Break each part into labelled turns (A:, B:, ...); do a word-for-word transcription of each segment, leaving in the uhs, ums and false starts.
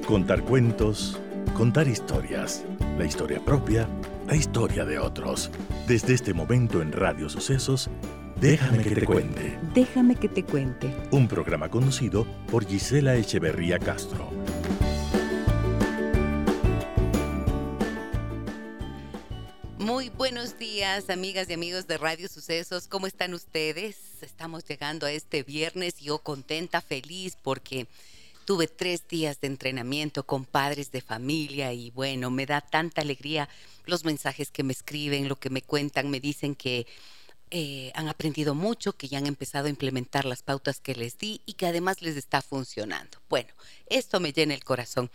A: Contar cuentos, contar historias, la historia propia, la historia de otros. Desde este momento en Radio Sucesos, Déjame que te cuente.
B: Déjame que te cuente.
A: Un programa conducido por Gisela Echeverría Castro.
B: Muy buenos días, amigas y amigos de Radio Sucesos. ¿Cómo están ustedes? Estamos llegando a este viernes y yo contenta, feliz, porque tuve tres días de entrenamiento con padres de familia y bueno, me da tanta alegría los mensajes que me escriben, lo que me cuentan, me dicen que eh, han aprendido mucho, que ya han empezado a implementar las pautas que les di y que además les está funcionando. Bueno, esto me llena el corazón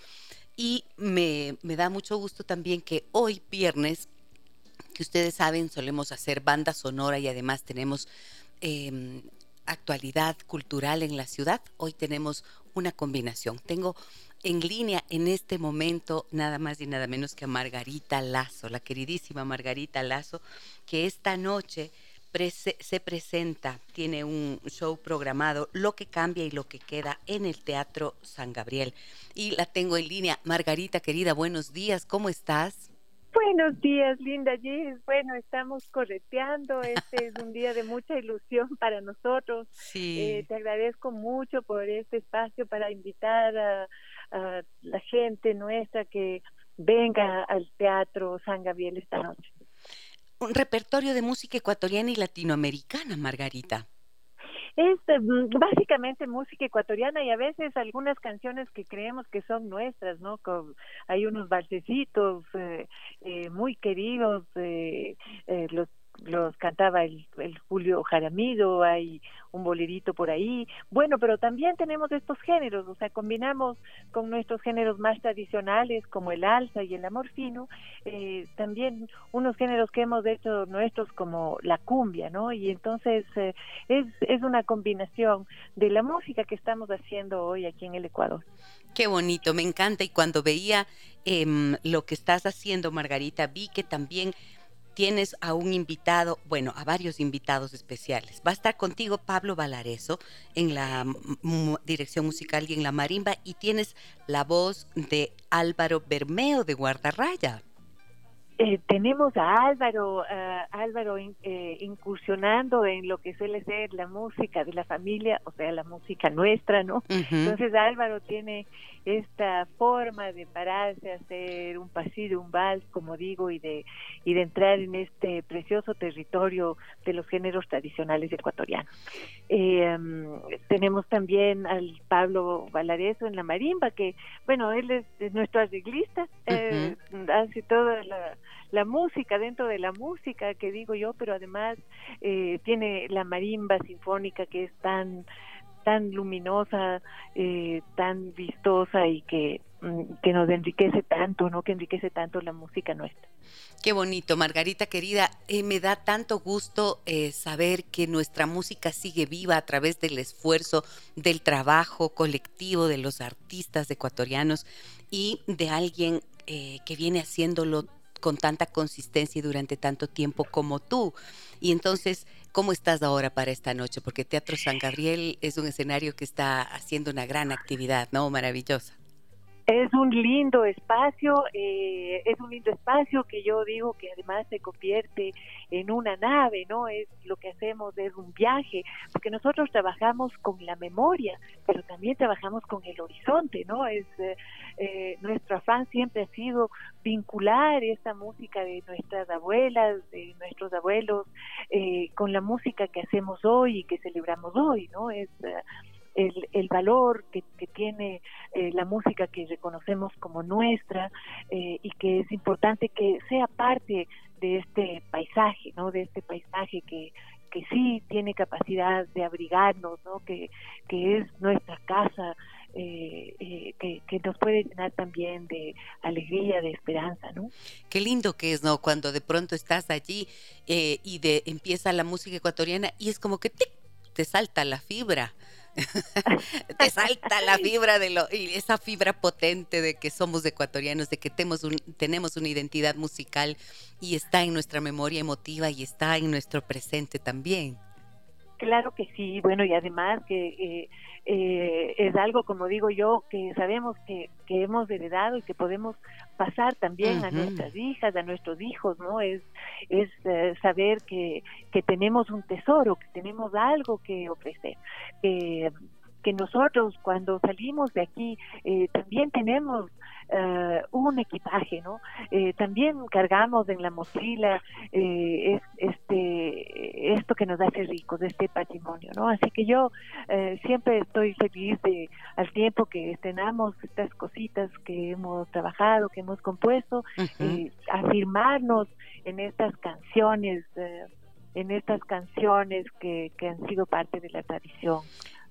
B: y me, me da mucho gusto también que hoy viernes, que ustedes saben, solemos hacer banda sonora y además tenemos eh, actualidad cultural en la ciudad. Hoy tenemos una combinación. Tengo en línea en este momento nada más y nada menos que a Margarita Lazo, la queridísima Margarita Lazo, que esta noche prese- se presenta, tiene un show programado, Lo que cambia y lo que queda, en el Teatro San Gabriel. Y la tengo en línea. Margarita, querida, buenos días, ¿cómo estás?
C: Buenos días, linda Gis. Bueno, estamos correteando. Este es un día de mucha ilusión para nosotros.
B: Sí.
C: Eh, te agradezco mucho por este espacio para invitar a, a la gente nuestra que venga al Teatro San Gabriel esta noche.
B: Un repertorio de música ecuatoriana y latinoamericana, Margarita.
C: Es eh, básicamente música ecuatoriana y a veces algunas canciones que creemos que son nuestras, ¿no? Con, hay unos valsecitos eh, eh, muy queridos, eh, eh, los los cantaba el, el Julio Jaramillo, hay un bolerito por ahí, bueno, pero también tenemos estos géneros, o sea, combinamos con nuestros géneros más tradicionales como el alza y el amor fino, eh, también unos géneros que hemos hecho nuestros como la cumbia, ¿no? Y entonces eh, es, es una combinación de la música que estamos haciendo hoy aquí en el Ecuador.
B: Qué bonito, me encanta, y cuando veía eh, lo que estás haciendo, Margarita, vi que también tienes a un invitado, bueno, a varios invitados especiales. Va a estar contigo Pablo Valareso en la m- dirección musical y en la marimba, y tienes la voz de Álvaro Bermeo de Guardarraya.
C: Eh, tenemos a Álvaro, uh, Álvaro in, eh, incursionando en lo que suele ser la música de la familia, o sea, la música nuestra, ¿no? Uh-huh. Entonces Álvaro tiene esta forma de pararse, hacer un pasillo, un vals, como digo, y de y de entrar en este precioso territorio de los géneros tradicionales ecuatorianos. Eh, um, tenemos también al Pablo Valareso en la marimba, que, bueno, él es, es nuestro arreglista, eh, uh-huh. hace toda la la música dentro de la música, que digo yo, pero además eh, tiene la marimba sinfónica que es tan tan luminosa, eh, tan vistosa y que, que nos enriquece tanto, ¿no? Que enriquece tanto la música nuestra.
B: Qué bonito, Margarita querida, eh, me da tanto gusto eh, saber que nuestra música sigue viva a través del esfuerzo, del trabajo colectivo de los artistas ecuatorianos y de alguien eh, que viene haciéndolo con tanta consistencia y durante tanto tiempo como tú. Y entonces, ¿cómo estás ahora para esta noche? Porque Teatro San Gabriel es un escenario que está haciendo una gran actividad, ¿no? Maravillosa.
C: Es un lindo espacio, eh, es un lindo espacio que yo digo que además se convierte en una nave, ¿no? Es lo que hacemos, es un viaje, porque nosotros trabajamos con la memoria, pero también trabajamos con el horizonte, ¿no? Es eh, eh, nuestro afán siempre ha sido vincular esta música de nuestras abuelas, de nuestros abuelos, eh, con la música que hacemos hoy y que celebramos hoy, ¿no? Es eh, El, el valor que, que tiene eh, la música que reconocemos como nuestra eh, y que es importante que sea parte de este paisaje, ¿no? De este paisaje que, que sí tiene capacidad de abrigarnos, ¿no? Que, que es nuestra casa, eh, eh, que, que nos puede llenar también de alegría, de esperanza, ¿no?
B: Qué lindo que es, ¿no? Cuando de pronto estás allí eh, y de empieza la música ecuatoriana y es como que ¡tic! Te salta la fibra. Te salta la fibra de lo, y esa fibra potente de que somos ecuatorianos, de que tenemos, un, tenemos una identidad musical y está en nuestra memoria emotiva y está en nuestro presente también.
C: Claro que sí, bueno, y además que eh, eh, es algo, como digo yo, que sabemos que, que hemos heredado y que podemos pasar también uh-huh. a nuestras hijas, a nuestros hijos, ¿no? Es, es eh, saber que, que tenemos un tesoro, que tenemos algo que ofrecer, que, que nosotros cuando salimos de aquí eh, también tenemos Uh, un equipaje, ¿no? Eh, también cargamos en la mochila eh, es, este esto que nos hace ricos, este patrimonio, ¿no? Así que yo eh, siempre estoy feliz de al tiempo que estrenamos estas cositas que hemos trabajado, que hemos compuesto, uh-huh. eh, afirmarnos en estas canciones, eh, en estas canciones que, que han sido parte de la tradición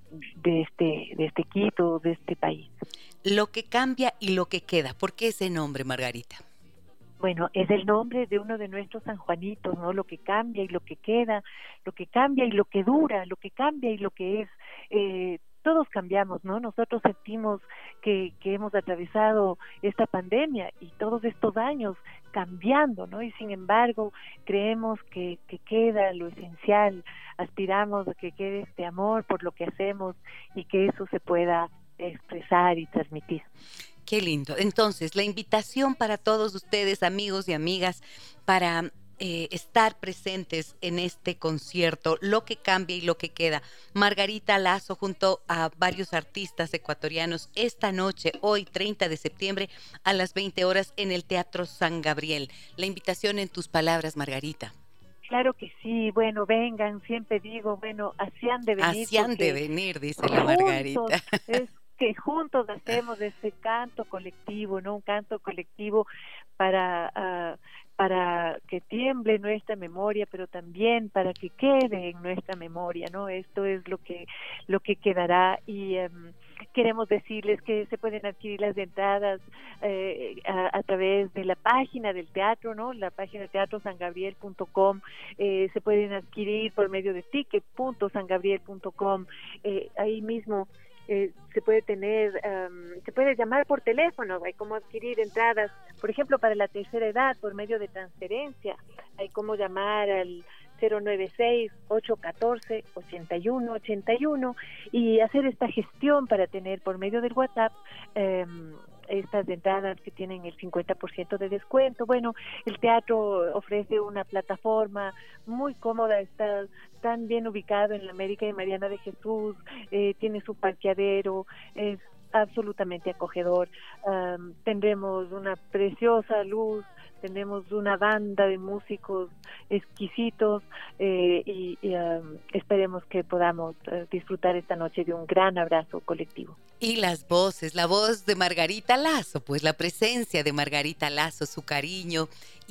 C: de este de este Quito, de este país.
B: Lo que cambia y lo que queda. ¿Por qué ese nombre, Margarita?
C: Bueno, es el nombre de uno de nuestros sanjuanitos, ¿no? Lo que cambia y lo que queda, lo que cambia y lo que dura, lo que cambia y lo que es. Eh, todos cambiamos, ¿no? Nosotros sentimos que, que hemos atravesado esta pandemia y todos estos años cambiando, ¿no? Y sin embargo, creemos que, que queda lo esencial, aspiramos a que quede este amor por lo que hacemos y que eso se pueda expresar y transmitir.
B: Qué lindo. Entonces, la invitación para todos ustedes, amigos y amigas, para eh, estar presentes en este concierto, Lo que cambia y lo que queda. Margarita Lazo junto a varios artistas ecuatorianos esta noche, hoy treinta de septiembre a las veinte horas en el Teatro San Gabriel. La invitación en tus palabras, Margarita.
C: Claro que sí, bueno, vengan, siempre digo, bueno, así han de venir.
B: Así han de venir, dice la Margarita.
C: Es que juntos hacemos ese canto colectivo, ¿no? Un canto colectivo para uh, para que tiemble nuestra memoria, pero también para que quede en nuestra memoria, ¿no? Esto es lo que lo que quedará y um, queremos decirles que se pueden adquirir las entradas eh, a, a través de la página del teatro, ¿no? La página teatro san gabriel punto com, eh, se pueden adquirir por medio de ticket punto san gabriel punto com, eh, ahí mismo. Eh, se puede tener, um, se puede llamar por teléfono, hay como adquirir entradas, por ejemplo, para la tercera edad, por medio de transferencia, hay como llamar al cero nueve seis, ocho uno cuatro, ocho uno ocho uno y hacer esta gestión para tener por medio del WhatsApp um, estas entradas que tienen el cincuenta por ciento de descuento. Bueno, el teatro ofrece una plataforma muy cómoda, está tan bien ubicado en la América de Mariana de Jesús, eh, tiene su parqueadero, es absolutamente acogedor. Um, tendremos una preciosa luz, tenemos una banda de músicos exquisitos eh, y, y um, esperemos que podamos uh, disfrutar esta noche de un gran abrazo colectivo.
B: Y las voces, la voz de Margarita Lazo, pues la presencia de Margarita Lazo, su cariño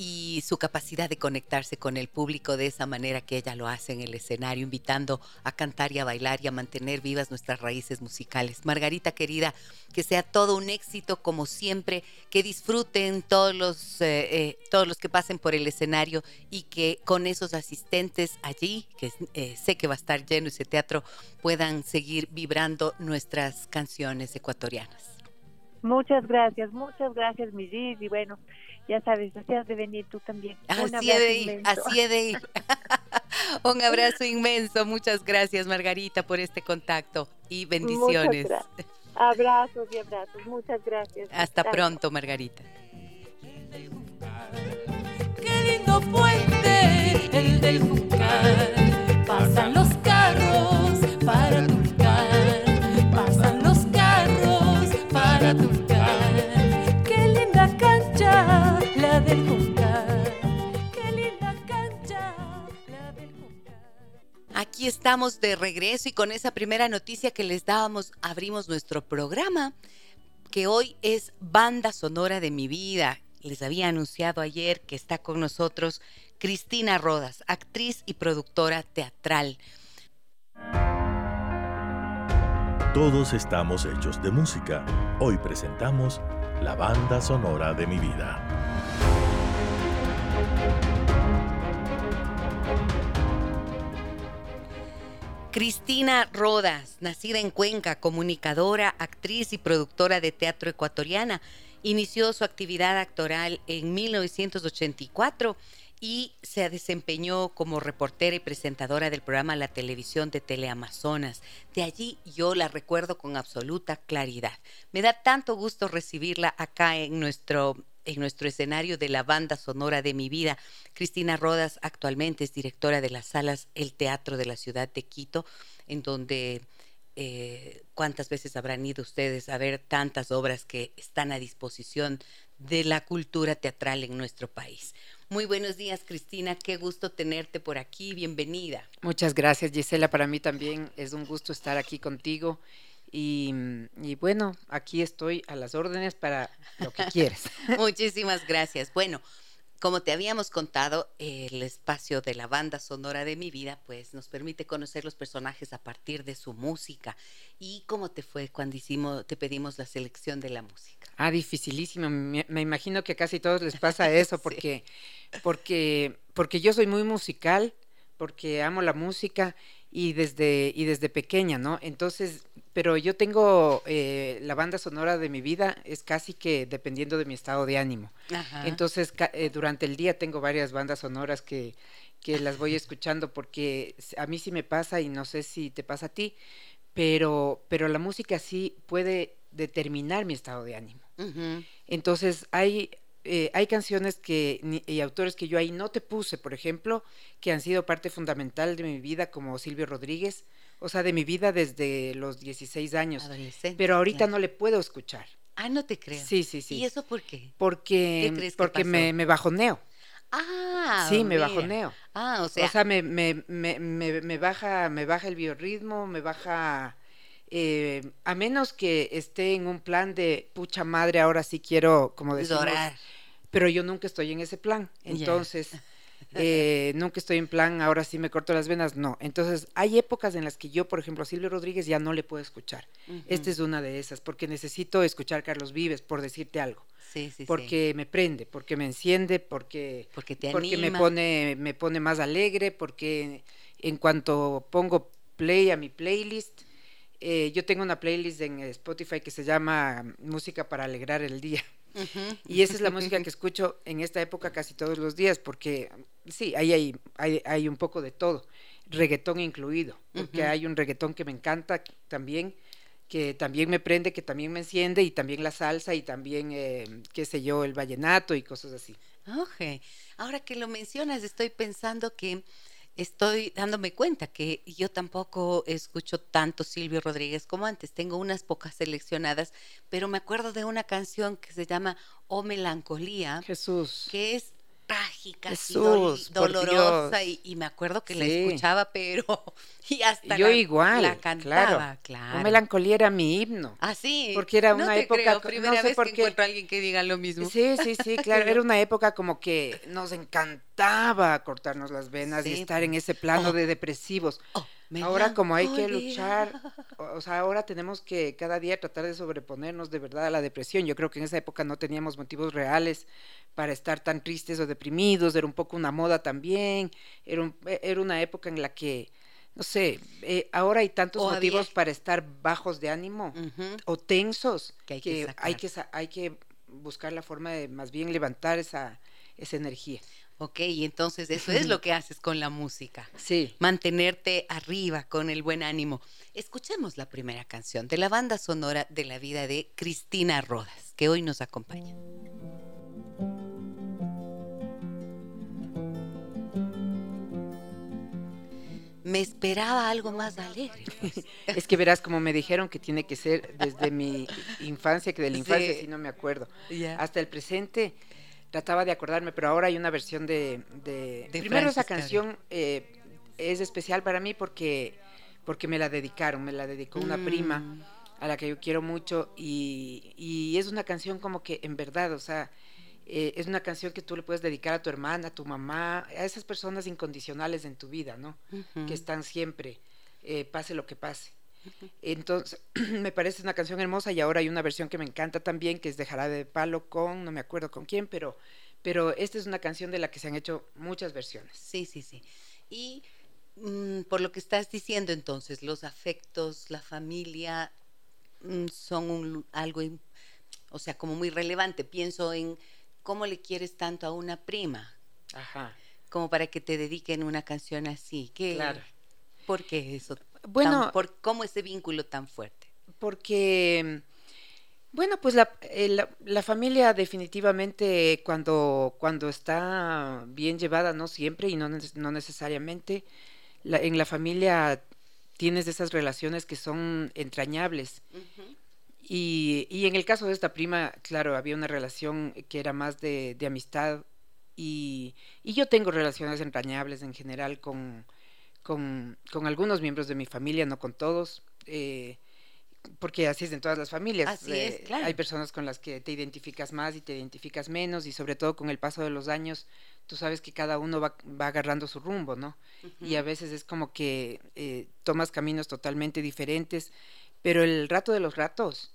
B: y su capacidad de conectarse con el público de esa manera que ella lo hace en el escenario, invitando a cantar y a bailar y a mantener vivas nuestras raíces musicales. Margarita querida, que sea todo un éxito como siempre, que disfruten todos los, eh, eh, todos los que pasen por el escenario y que con esos asistentes allí, que eh, sé que va a estar lleno ese teatro, puedan seguir vibrando nuestras canciones ecuatorianas.
C: Muchas gracias, muchas gracias, mi Gis, y bueno, ya sabes, así has de venir tú también.
B: Así he de ir, así he de ir. Un abrazo inmenso, muchas gracias, Margarita, por este contacto y bendiciones.
C: Muchas gracias. Abrazos y abrazos, muchas gracias.
B: Hasta Gracias. Pronto, Margarita.
D: Qué lindo puente el del Juncal, pasan los carros para Tulcán, pasan los carros para Tulcán. Qué linda cancha la del Juncal, qué linda cancha la del Juncal.
B: Aquí estamos de regreso y con esa primera noticia que les dábamos, abrimos nuestro programa, que hoy es Banda Sonora de mi Vida. Les había anunciado ayer que está con nosotros Cristina Rodas, actriz y productora teatral.
A: Todos estamos hechos de música. Hoy presentamos la Banda Sonora de mi Vida.
B: Cristina Rodas, nacida en Cuenca, comunicadora, actriz y productora de teatro ecuatoriana, inició su actividad actoral en mil novecientos ochenta y cuatro y se desempeñó como reportera y presentadora del programa La Televisión de Teleamazonas. De allí yo la recuerdo con absoluta claridad. Me da tanto gusto recibirla acá en nuestro, en nuestro escenario de la banda sonora de mi vida. Cristina Rodas actualmente es directora de las salas El Teatro de la ciudad de Quito, en donde eh, cuántas veces habrán ido ustedes a ver tantas obras que están a disposición de la cultura teatral en nuestro país. Muy buenos días, Cristina, qué gusto tenerte por aquí, bienvenida.
E: Muchas gracias, Gisela, para mí también es un gusto estar aquí contigo y, y bueno, aquí estoy a las órdenes para lo que quieras.
B: Muchísimas gracias. Bueno, como te habíamos contado, el espacio de la banda sonora de mi vida, pues nos permite conocer los personajes a partir de su música. ¿Y cómo te fue cuando hicimos, te pedimos la selección de la música?
E: Ah, dificilísimo. Me, me imagino que a casi todos les pasa eso, porque, sí. porque, porque yo soy muy musical, porque amo la música y desde, y desde pequeña, ¿no? Entonces, pero yo tengo eh, la banda sonora de mi vida es casi que dependiendo de mi estado de ánimo. Ajá. Entonces, ca- eh, durante el día tengo varias bandas sonoras que, que las voy escuchando, porque a mí sí me pasa y no sé si te pasa a ti, pero, pero la música sí puede determinar mi estado de ánimo. Uh-huh. Entonces, hay... Eh, hay canciones que ni, y autores que yo ahí no te puse, por ejemplo, que han sido parte fundamental de mi vida, como Silvio Rodríguez, o sea, de mi vida desde los dieciséis años, pero ahorita claro. no le puedo escuchar.
B: Ah, no te creo.
E: Sí, sí, sí.
B: ¿Y eso por qué?
E: Porque,
B: ¿Qué crees que
E: porque
B: pasó?
E: me, me bajoneo.
B: Ah,
E: sí, me
B: mira.
E: bajoneo.
B: Ah, o sea,
E: o sea me, me, me, me, me baja, me baja el biorritmo, me baja... Eh, a menos que esté en un plan de pucha madre, ahora sí quiero, como decimos,
B: llorar.
E: Pero yo nunca estoy en ese plan, entonces yeah. eh, nunca estoy en plan, ahora sí me corto las venas, no. Entonces hay épocas en las que yo, por ejemplo, a Silvio Rodríguez ya no le puedo escuchar. Uh-huh. Esta es una de esas, porque necesito escuchar Carlos Vives, por decirte algo.
B: Sí, sí,
E: porque
B: sí.
E: me prende, porque me enciende, porque,
B: porque, te
E: porque
B: anima.
E: me pone, me pone más alegre, porque en cuanto pongo play a mi playlist, eh, yo tengo una playlist en Spotify que se llama Música para alegrar el día. Uh-huh. Y esa es la música que escucho en esta época casi todos los días, porque sí, ahí hay, hay, hay un poco de todo, reggaetón incluido, porque uh-huh. hay un reggaetón que me encanta también, que también me prende, que también me enciende, y también la salsa, y también, eh, qué sé yo, el vallenato y cosas así.
B: Ok, ahora que lo mencionas, estoy pensando que estoy dándome cuenta que yo tampoco escucho tanto Silvio Rodríguez como antes. Tengo unas pocas seleccionadas, pero me acuerdo de una canción que se llama Oh Melancolía.
E: Jesús.
B: Que es trágica,
E: Jesús,
B: y dol- dolorosa, y, y me acuerdo que sí. la escuchaba, pero y hasta
E: yo
B: la,
E: igual,
B: la cantaba,
E: claro.
B: claro.
E: Oh Melancolía era mi himno.
B: Ah, sí.
E: Porque era
B: no
E: una
B: te
E: época,
B: creo. Primera
E: no sé
B: vez
E: por
B: que
E: qué.
B: encuentro a alguien que diga lo mismo.
E: Sí, sí, sí, claro. Era una época como que nos encantaba cortarnos las venas sí, y estar en ese plano oh, de depresivos. Oh, ahora como hay que luchar, o sea, ahora tenemos que cada día tratar de sobreponernos de verdad a la depresión. Yo creo que en esa época no teníamos motivos reales para estar tan tristes o deprimidos, era un poco una moda también, era, un, era una época en la que, no sé, eh, ahora hay tantos o motivos había... para estar bajos de ánimo uh-huh. o tensos,
B: que, hay
E: que,
B: que,
E: hay, que hay que buscar la forma de más bien levantar esa, esa energía.
B: Ok, y entonces eso es lo que haces con la música.
E: Sí.
B: Mantenerte arriba con el buen ánimo. Escuchemos la primera canción de la banda sonora de la vida de Cristina Rodas, que hoy nos acompaña. Me esperaba algo más alegre. Pues.
E: Es que verás, como me dijeron que tiene que ser desde mi infancia, que de la infancia sí, sí no me acuerdo, yeah. hasta el presente. Trataba de acordarme, pero ahora hay una versión de... de, de primero esa canción eh, es especial para mí porque, porque me la dedicaron, me la dedicó una mm. prima a la que yo quiero mucho y, y es una canción como que en verdad, o sea, eh, es una canción que tú le puedes dedicar a tu hermana, a tu mamá, a esas personas incondicionales en tu vida, ¿no? Uh-huh. Que están siempre, eh, pase lo que pase. Entonces, me parece una canción hermosa y ahora hay una versión que me encanta también, que es de Jarabe de Palo con, no me acuerdo con quién, pero, pero esta es una canción de la que se han hecho muchas versiones.
B: Sí, sí, sí. Y mmm, por lo que estás diciendo entonces, los afectos, la familia mmm, son un, algo, o sea, como muy relevante. Pienso en cómo le quieres tanto a una prima.
E: Ajá.
B: como para que te dediquen una canción así. ¿Qué,
E: Claro.
B: ¿Por qué eso?
E: Bueno,
B: Tan- por, ¿Cómo ese vínculo tan fuerte?
E: porque, bueno, pues la, eh, la, la familia definitivamente cuando, cuando está bien llevada, no siempre y no, neces- no necesariamente, la- en la familia tienes esas relaciones que son entrañables.
B: Ujú.
E: Y, y en el caso de esta prima, claro, había una relación que era más de, de amistad y, y yo tengo relaciones entrañables en general con, con, con algunos miembros de mi familia, no con todos, eh, porque así es en todas las familias.
B: Así es,
E: eh,
B: claro.
E: Hay personas con las que te identificas más y te identificas menos y sobre todo con el paso de los años, tú sabes que cada uno va, va agarrando su rumbo, ¿no? Y a
B: Ujú.
E: veces es como que eh, tomas caminos totalmente diferentes, pero el rato de los ratos,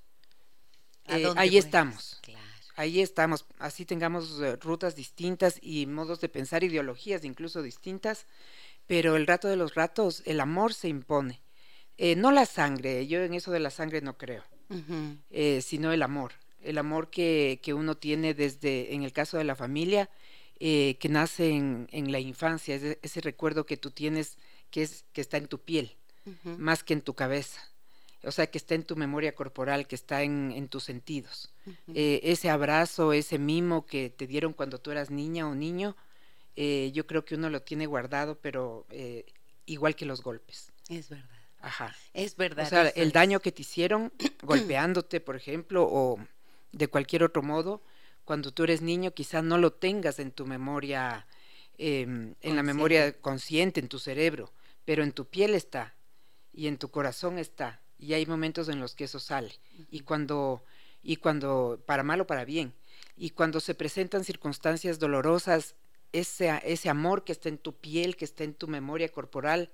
B: ¿A
E: eh,
B: dónde
E: ahí
B: vuelves?
E: estamos.
B: Claro.
E: Ahí estamos, así tengamos eh, rutas distintas y modos de pensar, ideologías incluso distintas, pero el rato de los ratos, el amor se impone. Eh, no la sangre, yo en eso de la sangre no creo,
B: Ujú.
E: eh, sino el amor. El amor que, que uno tiene desde, en el caso de la familia, eh, que nace en, en la infancia, ese, ese recuerdo que tú tienes que, es, que está en tu piel,
B: Ujú.
E: más que en tu cabeza. O sea, que está en tu memoria corporal, que está en, en tus sentidos.
B: Ujú.
E: Eh, ese abrazo, ese mimo que te dieron cuando tú eras niña o niño, eh, yo creo que uno lo tiene guardado, pero eh, igual que los golpes.
B: Es verdad.
E: Ajá.
B: Es
E: O
B: verdad.
E: sea,
B: eso
E: el
B: es.
E: daño que te hicieron golpeándote, por ejemplo, o de cualquier otro modo, cuando tú eres niño quizá no lo tengas en tu memoria, eh, en la
B: Consciente.
E: memoria consciente, en tu cerebro, pero en tu piel está y en tu corazón está. Y hay momentos en los que eso sale. Y cuando, y cuando, para mal o para bien, y cuando se presentan circunstancias dolorosas, ese, ese amor que está en tu piel, que está en tu memoria corporal,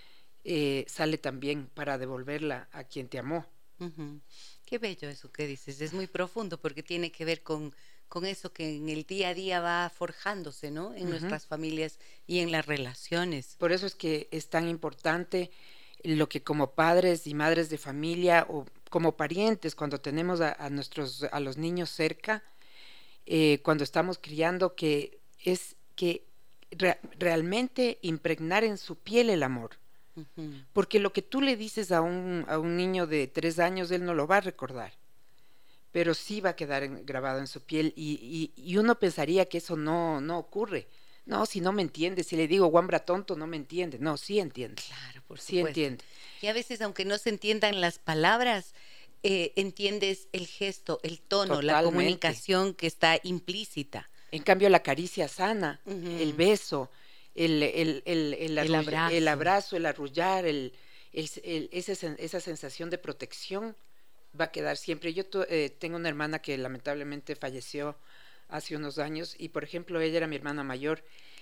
E: eh, sale también para devolverla a quien te amó.
B: Ujú. Qué bello eso que dices, es muy profundo porque tiene que ver con, con eso que en el día a día va forjándose, ¿no? En
E: Ujú.
B: nuestras familias y en las relaciones.
E: Por eso es que es tan importante lo que como padres y madres de familia o como parientes, cuando tenemos a, a nuestros, a los niños cerca, eh, cuando estamos criando, que es que re- realmente impregnar en su piel el amor.
B: Ujú.
E: Porque lo que tú le dices a un, a un niño de tres años, él no lo va a recordar, pero sí va a quedar en- grabado en su piel y, y- y uno pensaría que eso no, no ocurre. No, si no me entiende, si le digo guambra tonto, no me entiende. No, sí entiende,
B: Claro, por
E: sí
B: supuesto.
E: entiende.
B: Y a veces, aunque no se entiendan las palabras, eh, entiendes el gesto, el tono, la
E: Totalmente.
B: comunicación que está implícita.
E: En cambio, la caricia sana,
B: Ujú.
E: el beso, el, el, el, el,
B: El
E: arrull- el
B: abrazo.
E: abrazo, el arrullar, el, el, el- ese sen- esa sensación de protección va a quedar siempre. Yo tu- eh, tengo una hermana que lamentablemente falleció hace unos años y, por ejemplo, ella era mi hermana mayor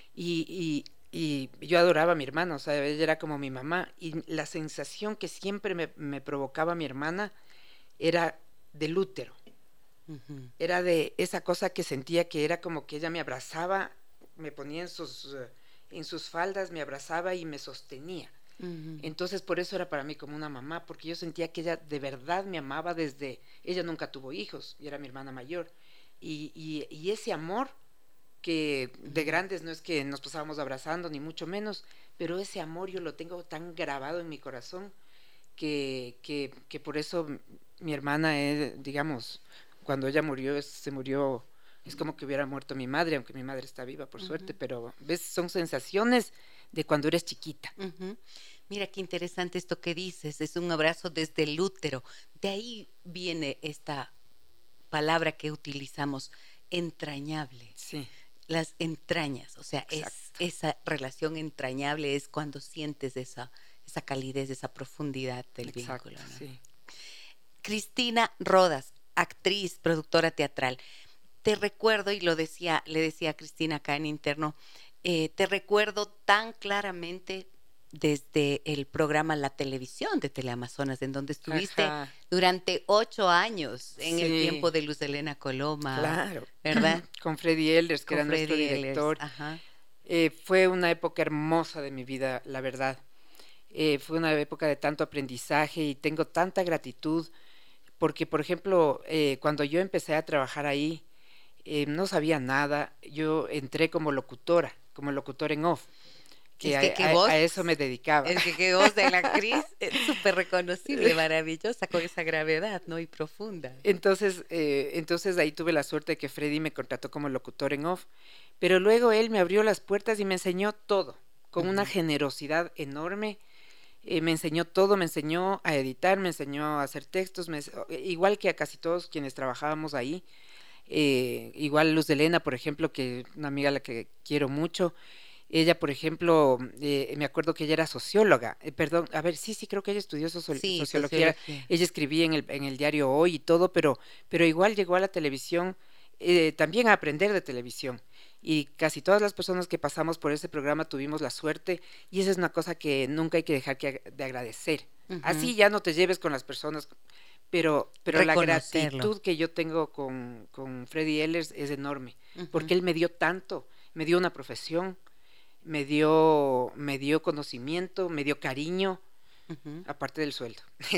E: y, y, y yo adoraba a mi hermana, o sea, ella era como mi mamá y la sensación que siempre me, me provocaba mi hermana era del útero.
B: Ujú.
E: Era de esa cosa que sentía que era como que ella me abrazaba, me ponía en sus, eh, en sus faldas, me abrazaba y me sostenía.
B: Ujú.
E: Entonces por eso era para mí como una mamá, porque yo sentía que ella de verdad me amaba desde, ella nunca tuvo hijos y era mi hermana mayor. Y, y, y ese amor que de grandes no es que nos pasábamos abrazando ni mucho menos, pero ese amor yo lo tengo tan grabado en mi corazón que, que, que por eso mi hermana, es, digamos, cuando ella murió, es- se murió, es como que hubiera muerto mi madre, aunque mi madre está viva, por
B: Ujú.
E: suerte, pero ves, son sensaciones de cuando eres chiquita.
B: Ujú. Mira qué interesante esto que dices, es un abrazo desde el útero. De ahí viene esta palabra que utilizamos, entrañable.
E: Sí,
B: Las entrañas, o sea, es
E: Exacto.
B: esa relación entrañable es cuando sientes esa, esa calidez, esa profundidad del
E: exacto,
B: vínculo, ¿no?
E: sí.
B: Cristina Rodas, actriz, productora teatral. Te recuerdo, y lo decía, le decía a Cristina acá en interno, eh, te recuerdo tan claramente desde el programa La Televisión de Teleamazonas, en donde estuviste
E: Ajá,
B: durante ocho años en el
E: Sí.
B: tiempo de Luz Helena Coloma,
E: claro.
B: ¿verdad?
E: Con Freddy Elders, que
B: Con
E: era nuestro
B: Freddy Ehlers,
E: director.
B: ajá.
E: Eh, fue una época hermosa de mi vida, la verdad. Eh, fue una época de tanto aprendizaje y tengo tanta gratitud porque, por ejemplo, eh, cuando yo empecé a trabajar ahí, eh, no sabía nada. Yo entré como locutora como locutor en off. Que,
B: Es que
E: a,
B: qué
E: a-
B: voz.
E: a eso me dedicaba.
B: Es que qué voz de la Cris es súper reconocible, maravillosa, con esa gravedad, ¿no? Y profunda.
E: Entonces, eh, entonces ahí tuve la suerte de que Freddy me contrató como locutor en off, pero luego él me abrió las puertas y me enseñó todo, con una
B: Ujú.
E: generosidad enorme. Eh, me enseñó todo, me enseñó a editar, me enseñó a hacer textos, me ense- eh, igual que a casi todos quienes trabajábamos ahí. Eh, igual Luz de Elena, por ejemplo, que una amiga a la que quiero mucho. Ella, por ejemplo, eh, me acuerdo que ella era socióloga, eh, perdón, a ver, sí, sí, creo que ella estudió socio-
B: Sí,
E: sociología.
B: sociología.
E: Ella escribía en el, en el diario Hoy y todo, pero, pero igual llegó a la televisión, eh, también a aprender de televisión. Y casi todas las personas que pasamos por ese programa tuvimos la suerte, y esa es una cosa que nunca hay que dejar que ag- de agradecer.
B: Ujú.
E: Así ya no te lleves con las personas, pero, pero la
B: Reconocerlo.
E: gratitud que yo tengo con, con Freddy Ehlers es enorme,
B: Ujú.
E: porque él me dio tanto, me dio una profesión, me dio, me dio conocimiento, me dio cariño,
B: Ujú.
E: aparte del sueldo,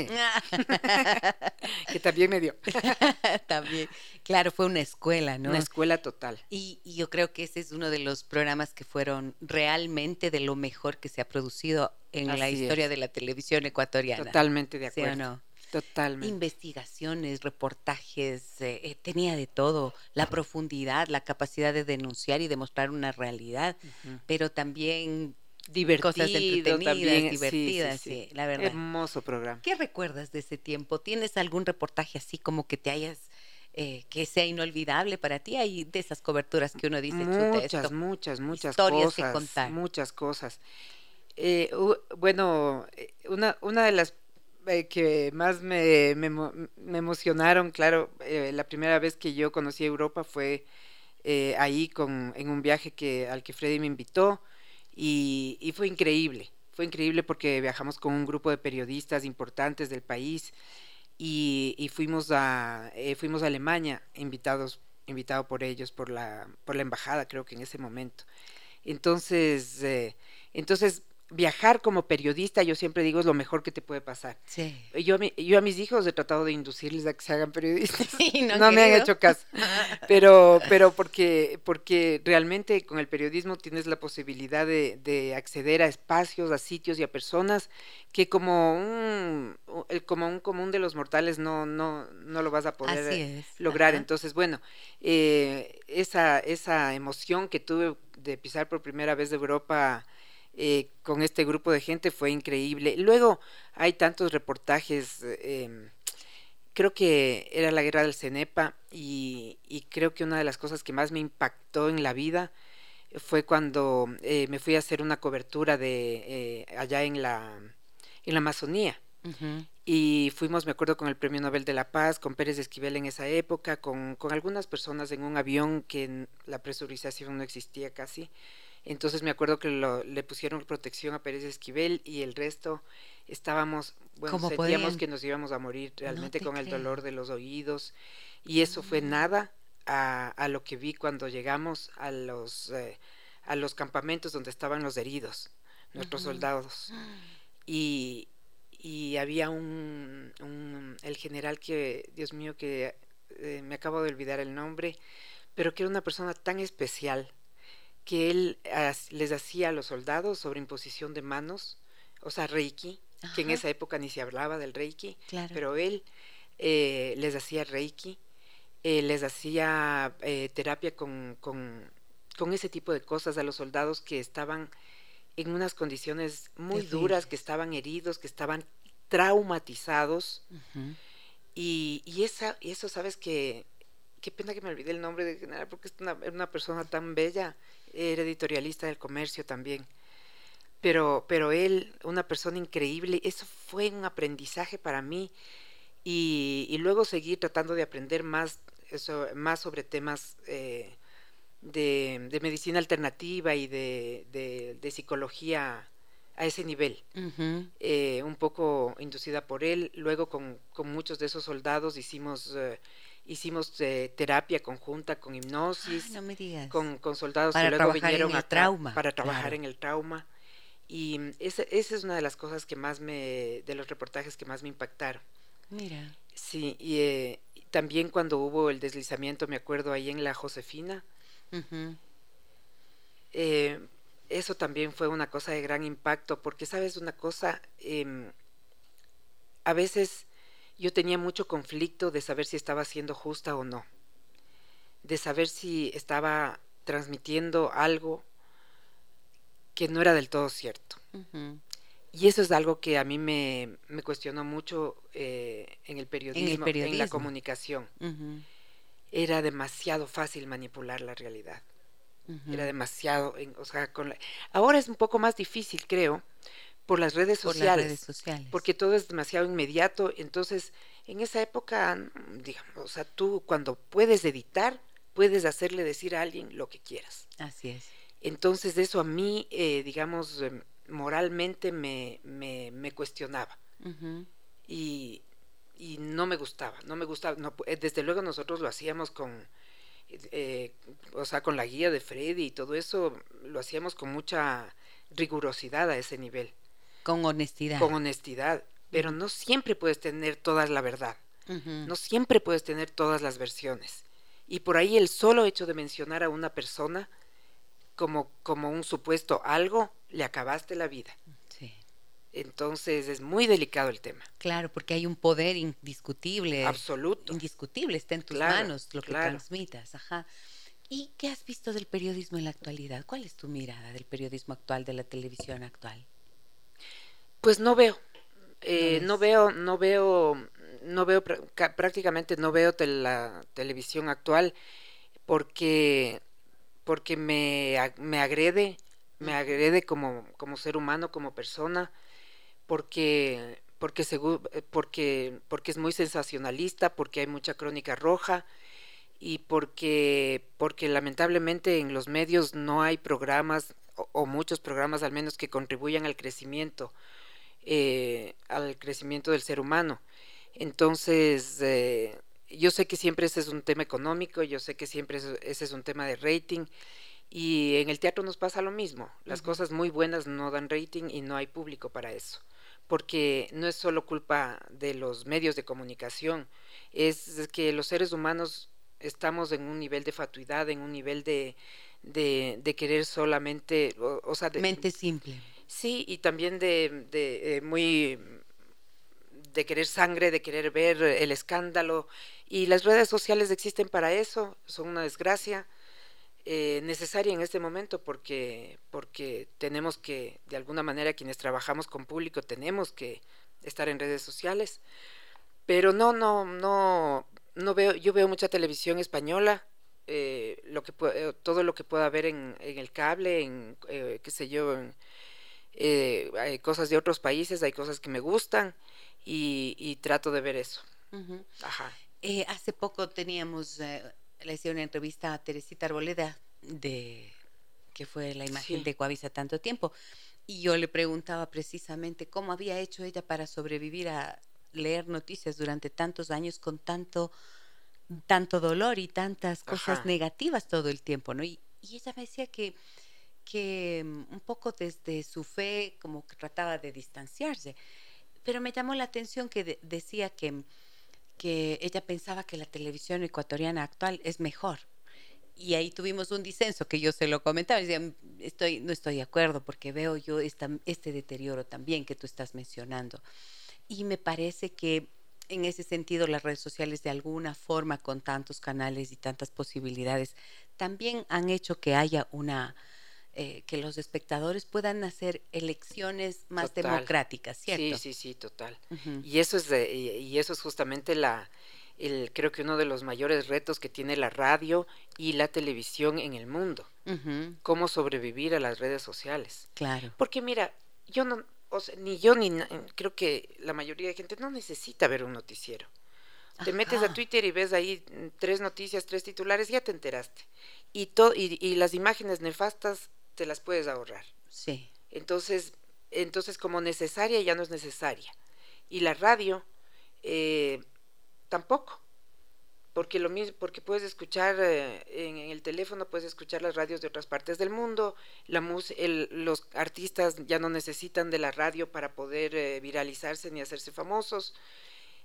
E: que también me dio.
B: También, claro, fue una escuela, ¿no?
E: Una escuela total.
B: Y, y yo creo que ese es uno de los programas que fueron realmente de lo mejor que se ha producido en la
E: Así
B: historia
E: es.
B: de la televisión ecuatoriana.
E: Totalmente de
B: ¿Sí o
E: acuerdo.
B: no?
E: Totalmente.
B: Investigaciones, reportajes, eh, eh, tenía de todo, la profundidad, la capacidad de denunciar y demostrar una realidad,
E: Ujú.
B: pero también
E: Divertido
B: cosas entretenidas,
E: también, sí, sí,
B: divertidas,
E: sí.
B: sí, la verdad.
E: Hermoso programa.
B: ¿Qué recuerdas de ese tiempo? ¿Tienes algún reportaje así como que te hayas, eh, que sea inolvidable para ti? Hay de esas coberturas que uno dice, chuta,
E: Muchas,
B: esto,
E: muchas, muchas
B: historias que
E: cosas.
B: contar.
E: Muchas cosas. Eh, u- bueno, eh, una, una de las eh, que más me, me, emo- me emocionaron, claro, eh, la primera vez que yo conocí Europa fue eh, ahí con, en un viaje que, al que Freddy me invitó, y, y fue increíble. Fue increíble porque viajamos con un grupo de periodistas importantes del país, y, y fuimos a eh, fuimos a Alemania, invitados invitado por ellos, por la por la embajada, creo que en ese momento. Entonces, eh, entonces viajar como periodista, yo siempre digo, es lo mejor que te puede pasar.
B: Sí.
E: Yo a, mi- yo a mis hijos he tratado de inducirles a que se hagan periodistas.
B: Y no
E: No,
B: han
E: me han
B: querido.
E: hecho caso. Pero, pero porque, porque realmente con el periodismo tienes la posibilidad de, de acceder a espacios, a sitios y a personas que como un, u- el, como un común de los mortales no, no, no lo vas a poder
B: Así
E: eh,
B: es.
E: lograr.
B: Ajá.
E: Entonces, bueno, eh, esa, esa emoción que tuve de pisar por primera vez de Europa eh, con este grupo de gente fue increíble. Luego hay tantos reportajes, eh, em, creo que era la guerra del Cenepa, y, y creo que una de las cosas que más me impactó en la vida fue cuando eh, me fui a hacer una cobertura de eh, allá en la, en la Amazonía.
B: Ujú.
E: Y fuimos, me acuerdo, con el Premio Nobel de la Paz, con Pérez Esquivel en esa época, con, con algunas personas en un avión que en- la presurización no existía casi. Entonces me acuerdo que lo- le pusieron protección a Pérez Esquivel, y el resto estábamos, bueno,
B: ¿Cómo
E: sentíamos
B: podían?
E: que nos íbamos a morir
B: No
E: realmente
B: te
E: con el
B: creo.
E: dolor de los oídos. Y eso fue
B: Mm.
E: nada a, a lo que vi cuando llegamos a los, eh, a los campamentos donde estaban los heridos, nuestros
B: Ujú.
E: soldados. Y, y había un, un- el general que, Dios mío, que eh, me acabo de olvidar el nombre, pero que era una persona tan especial, que él as- les hacía a los soldados sobre imposición de manos, o sea, Reiki, que en
B: Ajá.
E: esa época ni se hablaba del Reiki,
B: Claro.
E: pero él eh, les hacía Reiki, eh, les hacía eh, terapia con, con, con ese tipo de cosas a los soldados que estaban en unas condiciones muy duras, que
B: Terribles.
E: estaban heridos, que estaban traumatizados,
B: Ujú.
E: y, y esa, y eso, sabes que, qué pena que me olvidé el nombre del general, porque es una, era una persona tan bella, era editorialista del Comercio también, pero, pero él, una persona increíble, eso fue un aprendizaje para mí, y, y luego seguir tratando de aprender más, eso, más sobre temas eh, de, de medicina alternativa y de, de, de psicología a ese nivel.
B: Ujú.
E: Eh, un poco inducida por él. Luego con, con muchos de esos soldados hicimos, eh, hicimos eh, terapia conjunta con
B: Ay,
E: hipnosis,
B: no me digas.
E: con, con soldados
B: Para
E: que luego
B: trabajar en
E: vinieron
B: el
E: acá
B: trauma,
E: para trabajar
B: claro.
E: en el trauma. Y mm, esa, esa es una de las cosas que más me, de los reportajes que más me impactaron.
B: Mira.
E: Sí, y eh, y también cuando hubo el deslizamiento, me acuerdo, ahí en la Josefina,
B: Ujú.
E: eh, eso también fue una cosa de gran impacto, porque sabes una cosa, eh, a veces yo tenía mucho conflicto de saber si estaba siendo justa o no, de saber si estaba transmitiendo algo que no era del todo cierto.
B: Ujú.
E: Y eso es algo que a mí me, me cuestionó mucho eh, en el periodismo, en la
B: periodismo.
E: comunicación.
B: Ujú,
E: Era demasiado fácil manipular la realidad.
B: ujú.
E: Era demasiado, en- o sea, con la- ahora es un poco más difícil, creo, por las redes
B: Por las
E: sociales,
B: redes sociales.
E: porque todo es demasiado inmediato. Entonces, en esa época, mm, digamos, o sea, tú cuando puedes editar, puedes hacerle decir a alguien lo que quieras.
B: Así es.
E: Entonces, eso a mí, eh, digamos, em, moralmente me, me, me cuestionaba.
B: Ujú.
E: y, y no me gustaba, no me gustaba, no, eh, desde luego nosotros lo hacíamos con, eh, o sea, con la guía de Freddy y todo eso, lo hacíamos con mucha rigurosidad a ese nivel,
B: Con honestidad.
E: con honestidad, pero
B: Ujú.
E: no siempre puedes tener toda la verdad,
B: Ujú.
E: no siempre puedes tener todas las versiones, y por ahí el solo hecho de mencionar a una persona como, como un supuesto algo, le acabaste la vida.
B: Sí.
E: Entonces es muy delicado el tema.
B: Claro, porque hay un poder indiscutible.
E: Absoluto.
B: Indiscutible, está en tus
E: Claro,
B: manos lo que
E: claro.
B: transmitas. Ajá. ¿Y qué has visto del periodismo en la actualidad? ¿Cuál es tu mirada del periodismo actual, de la televisión actual?
E: Pues no veo,
B: No
E: eh, no
B: ves.
E: veo, no veo, no veo, prá- ca- prácticamente no veo tel- la televisión actual porque, porque me, ag- me agrede, me
B: Ujú.
E: agrede como, como ser humano, como persona, porque, porque, segu- eh, porque, porque es muy sensacionalista, porque hay mucha crónica roja y porque, porque lamentablemente en los medios no hay programas, o, o muchos programas al menos, que contribuyan al crecimiento, eh, al crecimiento del ser humano. Entonces, eh, yo sé que siempre ese es un tema económico, yo sé que siempre ese, ese es un tema de rating, y en el teatro nos pasa lo mismo. Las
B: Ujú.
E: cosas muy buenas no dan rating y no hay público para eso, porque no es solo culpa de los medios de comunicación, es que los seres humanos estamos en un nivel de fatuidad, en un nivel de, de, de querer solamente, o, o sea, de,
B: Mente simple.
E: sí, y también de, de eh, muy de querer sangre, de querer ver el escándalo, y las redes sociales existen para eso, son una desgracia eh, necesaria en este momento porque porque tenemos que, de alguna manera, quienes trabajamos con público tenemos que estar en redes sociales, pero no, no, no, no veo, yo veo mucha televisión española, eh, lo que pue- eh, todo lo que pueda ver en, en el cable, en eh, qué sé yo, en, eh, hay cosas de otros países, hay cosas que me gustan y, y trato de ver eso.
B: Ujú.
E: Ajá.
B: Eh, hace poco teníamos, eh, le hice una entrevista a Teresita Arboleda, de, que fue la imagen
E: Sí.
B: de Coavisa tanto tiempo, y yo le preguntaba precisamente cómo había hecho ella para sobrevivir a leer noticias durante tantos años con tanto, tanto dolor y tantas cosas
E: Ajá.
B: negativas todo el tiempo, ¿no? Y, y ella me decía que, que mm, un poco desde su fe como que trataba de distanciarse, pero me llamó la atención que de- decía que que ella pensaba que la televisión ecuatoriana actual es mejor. Y ahí tuvimos un disenso que yo se lo comentaba. Decía, "Mm, estoy, no estoy de acuerdo porque veo yo esta, este deterioro también que tú estás mencionando. Y me parece que en ese sentido las redes sociales de alguna forma con tantos canales y tantas posibilidades también han hecho que haya una, eh, que los espectadores puedan hacer elecciones más
E: Total.
B: democráticas,
E: Sí,
B: ¿cierto?
E: sí, sí, total.
B: Ujú.
E: Y eso es de- y, y eso es justamente la el creo que uno de los mayores retos que tiene la radio y la televisión en el mundo,
B: Ujú.
E: cómo sobrevivir a las redes sociales.
B: Claro.
E: Porque mira, yo no, o sea, ni yo ni na- creo que la mayoría de gente no necesita ver un noticiero. Te metes a
B: Ajá.
E: Twitter y ves ahí mm, tres noticias, tres titulares, ya te enteraste. Y, to- y, y las imágenes nefastas te las puedes ahorrar.
B: Sí.
E: Entonces, entonces como necesaria ya no es necesaria. Y la radio eh, tampoco, porque lo mismo, porque puedes escuchar eh, en, en el teléfono, puedes escuchar las radios de otras partes del mundo, la mus el, los artistas ya no necesitan de la radio para poder eh, viralizarse ni hacerse famosos.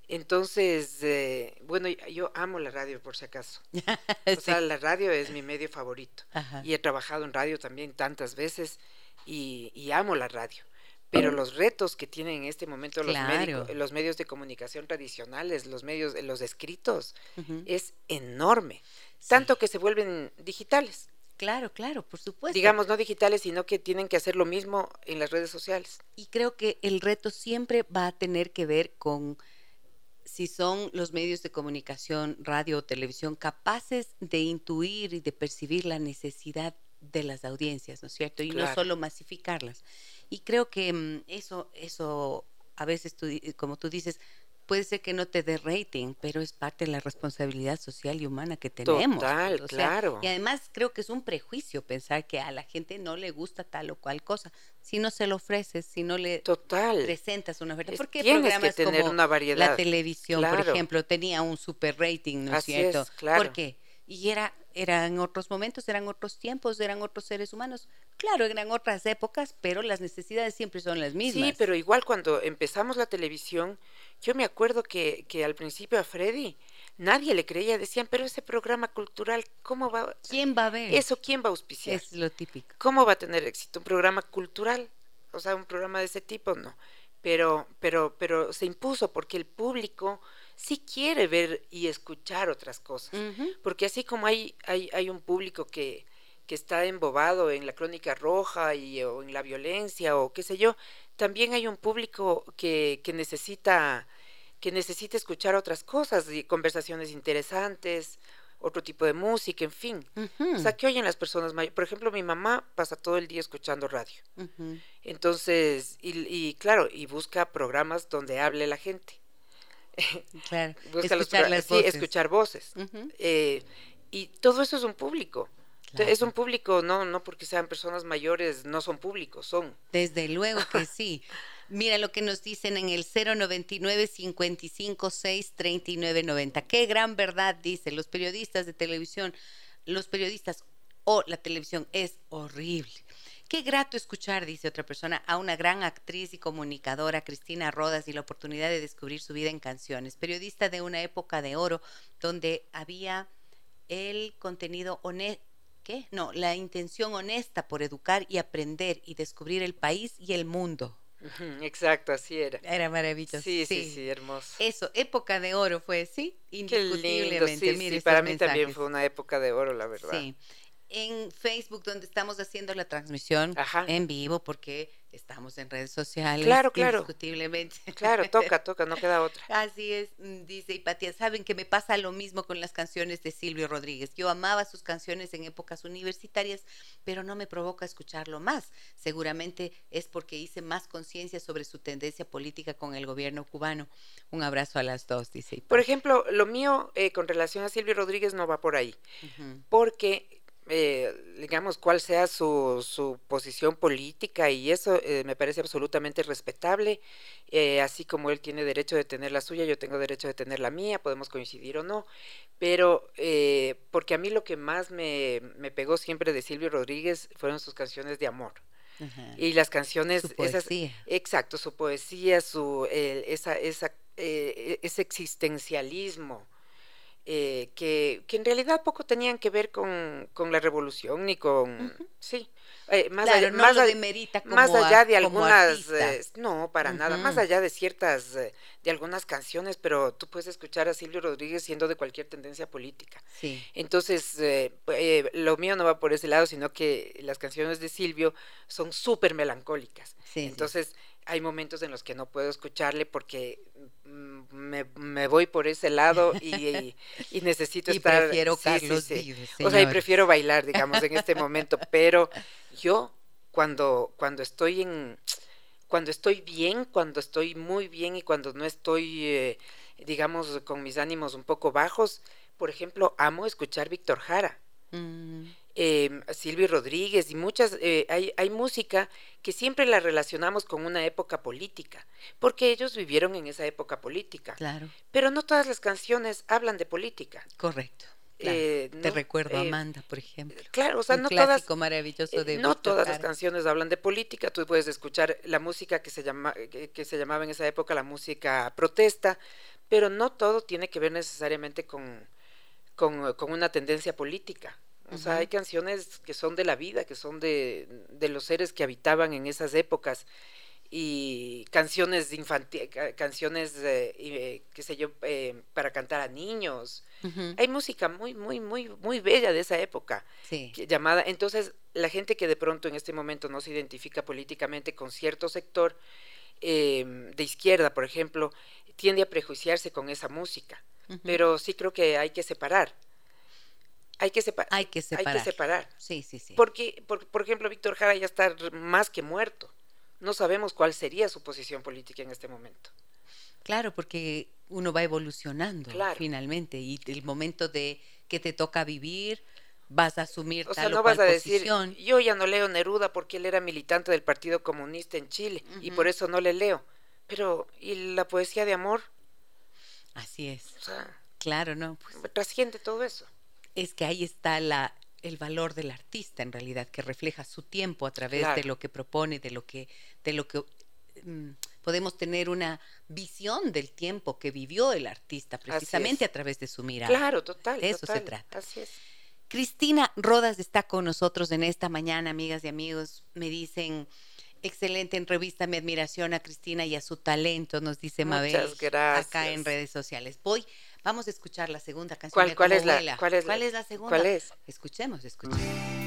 E: Entonces, eh, bueno, yo amo la radio por si acaso. O
B: Sí.
E: sea, la radio es mi medio favorito.
B: Ajá.
E: Y he trabajado en radio también tantas veces y, y amo la radio. Pero los retos que tienen en este momento los,
B: Claro.
E: médico- los medios de comunicación tradicionales, los medios, los escritos,
B: Ujú.
E: es enorme.
B: Sí.
E: Tanto que se vuelven digitales.
B: Claro, claro, por supuesto.
E: Digamos, no digitales, sino que tienen que hacer lo mismo en las redes sociales.
B: Y creo que el reto siempre va a tener que ver con si son los medios de comunicación, radio o televisión, capaces de intuir y de percibir la necesidad de las audiencias, ¿no es cierto? Y no
E: Claro.
B: solo masificarlas. Y creo que mm, eso, eso a veces, tú di- como tú dices, puede ser que no te dé rating, pero es parte de la responsabilidad social y humana que tenemos.
E: Total,
B: pues, o sea,
E: claro.
B: y además creo que es un prejuicio pensar que a la gente no le gusta tal o cual cosa. Si no se lo ofreces, si no le
E: Total.
B: presentas una oferta.
E: Es-
B: Porque
E: tienes que
B: programas
E: tener
B: como
E: una variedad.
B: la televisión, por
E: Claro.
B: ejemplo, tenía un super rating, ¿no es
E: Así
B: cierto?
E: es, claro.
B: ¿Por qué? Y era, eran otros momentos, eran otros tiempos, eran otros seres humanos. Claro, eran otras épocas, pero las necesidades siempre son las mismas.
E: Sí, pero igual cuando empezamos la televisión, yo me acuerdo que, que al principio a Freddy nadie le creía, decían, pero ese programa cultural, ¿cómo va?
B: ¿Quién va a ver?
E: ¿Eso quién va a auspiciar?
B: es lo típico.
E: ¿Cómo va a tener éxito un programa cultural? O sea, un programa de ese tipo, no. Pero, pero, pero se impuso porque el público sí quiere ver y escuchar otras cosas.
B: Ujú.
E: Porque así como hay, hay, hay un público que, que está embobado en la crónica roja y, o en la violencia o qué sé yo, también hay un público que, que necesita que necesita escuchar otras cosas, y conversaciones interesantes, otro tipo de música, en fin.
B: Ujú.
E: O sea, ¿qué oyen las personas mayores? Por ejemplo, mi mamá pasa todo el día escuchando radio.
B: Ujú.
E: Entonces, y, y claro, y busca programas donde hable la gente.
B: Claro.
E: Busca los
B: Escuchar
E: pro-
B: las
E: sí,
B: voces.
E: escuchar voces.
B: Ujú.
E: Eh, y todo eso es un público.
B: Claro.
E: Es un público, no, no porque sean personas mayores, no son públicos, son.
B: Desde luego que sí. Mira lo que nos dicen en el cero noventa y nueve, cincuenta y cinco, seis, treinta y nueve, noventa. Qué gran verdad, dice. Los periodistas de televisión, los periodistas o la televisión es horrible. Qué grato escuchar, dice otra persona, a una gran actriz y comunicadora, Cristina Rodas, y la oportunidad de descubrir su vida en canciones. Periodista de una época de oro donde había el contenido honesto. ¿Qué? No, la intención honesta por educar y aprender y descubrir el país y el mundo.
E: Ujú, exacto, así era.
B: Era maravilloso.
E: Sí, sí, sí, hermoso.
B: Eso, época de oro fue, sí,
E: Qué
B: indiscutiblemente.
E: lindo, sí,
B: Mire
E: sí,
B: estos
E: para mí también
B: mensajes.
E: fue una época de oro, la verdad.
B: Sí. En Facebook, donde estamos haciendo la transmisión
E: Ajá.
B: en vivo, porque estamos en redes sociales.
E: Claro, claro.
B: Indiscutiblemente.
E: Claro, toca, toca, no queda otra.
B: Así es, mm, dice Hipatia. Saben que me pasa lo mismo con las canciones de Silvio Rodríguez. Yo amaba sus canciones en épocas universitarias, pero no me provoca escucharlo más. Seguramente es porque hice más conciencia sobre su tendencia política con el gobierno cubano. Un abrazo a las dos, dice Hipatia.
E: Por ejemplo, lo mío eh, con relación a Silvio Rodríguez no va por ahí,
B: Ujú.
E: porque, eh, digamos, cuál sea su, su posición política y eso eh, me parece absolutamente respetable, eh, así como él tiene derecho de tener la suya, yo tengo derecho de tener la mía, podemos coincidir o no, pero eh, porque a mí lo que más me, me pegó siempre de Silvio Rodríguez fueron sus canciones de amor.
B: Ajá.
E: Y las canciones,
B: Su
E: esas,
B: poesía.
E: exacto, su poesía, su eh, esa, esa, eh, ese existencialismo, eh, que, que en realidad poco tenían que ver con, con la revolución ni con,
B: Ujú.
E: sí, eh, más
B: Claro,
E: allá,
B: no
E: más
B: lo
E: a-
B: demerita como
E: más allá
B: a-
E: de
B: como
E: algunas,
B: artista.
E: eh, no, para nada, más
B: Ujú.
E: allá de ciertas, eh, de algunas canciones, pero tú puedes escuchar a Silvio Rodríguez siendo de cualquier tendencia política.
B: Sí.
E: Entonces, eh, eh, lo mío no va por ese lado, sino que las canciones de Silvio son súper melancólicas.
B: Sí, sí.
E: Entonces, hay momentos en los que no puedo escucharle porque mm, me, me voy por ese lado y, y, y necesito
B: Y
E: estar...
B: prefiero
E: sí, sí,
B: Carlos
E: sí.
B: Vives,
E: O sea, y
B: señores.
E: prefiero bailar, digamos, en este momento, pero yo cuando, cuando estoy en... Cuando estoy bien, cuando estoy muy bien y cuando no estoy, eh, digamos, con mis ánimos un poco bajos, por ejemplo, amo escuchar Víctor Jara.
B: Mm,
E: eh, Silvio Rodríguez y muchas, eh, hay, hay música que siempre la relacionamos con una época política, porque ellos vivieron en esa época política,
B: claro,
E: pero no todas las canciones hablan de política.
B: correcto. Claro.
E: Eh,
B: Te
E: no,
B: recuerdo a
E: eh,
B: Amanda, por ejemplo.
E: Claro, o sea,
B: Un
E: no todas,
B: clásico maravilloso
E: eh,
B: de
E: no
B: Víctor
E: todas las
B: Jara.
E: canciones hablan de política, tú puedes escuchar la música que se llama, que, que se llamaba en esa época la música protesta, pero no todo tiene que ver necesariamente con, con, con una tendencia política. O sea, hay canciones que son de la vida, que son de, de los seres que habitaban en esas épocas, y canciones infantiles, canciones, eh, eh, qué sé yo, eh, para cantar a niños.
B: Ujú.
E: Hay música muy, muy, muy, muy bella de esa época,
B: Sí.
E: que- llamada, entonces, la gente que de pronto en este momento no se identifica políticamente con cierto sector, eh, de izquierda, por ejemplo, tiende a prejuiciarse con esa música,
B: Ujú.
E: pero sí creo que hay que separar. Hay que, sepa-
B: Hay que
E: hay
B: separar.
E: que separar.
B: Sí, sí, sí.
E: Porque, por, por ejemplo, Víctor Jara ya está r- más que muerto. No sabemos cuál sería su posición política en este momento.
B: Claro, porque uno va evolucionando
E: Claro.
B: finalmente y el momento de que te toca vivir, vas a asumir
E: O sea,
B: tal
E: no
B: o cual
E: vas a decir,
B: posición.
E: yo ya no leo Neruda porque él era militante del Partido Comunista en Chile y
B: Ujú.
E: por eso no le leo. Pero, ¿y la poesía de amor?
B: Así es.
E: O sea,
B: Claro, no, pues
E: trasciende todo eso.
B: es que ahí está la el valor del artista en realidad, que refleja su tiempo a través de
E: Claro.
B: lo que propone, de lo que de lo que mm, podemos tener una visión del tiempo que vivió el artista precisamente
E: es.
B: a través de su mirada.
E: Claro, total.
B: De eso se
E: total,
B: trata.
E: Así es.
B: Cristina Rodas está con nosotros en esta mañana, amigas y amigos. Me dicen, excelente entrevista, mi admiración a Cristina y a su talento, nos dice Mabel
E: Muchas gracias.
B: acá en redes sociales. Voy, vamos a escuchar la segunda canción.
E: ¿Cuál,
B: de
E: cuál,
B: Como
E: es la,
B: Vuela.
E: cuál, es,
B: ¿Cuál
E: la,
B: es la segunda?
E: ¿Cuál es?
B: Escuchemos, escuchemos.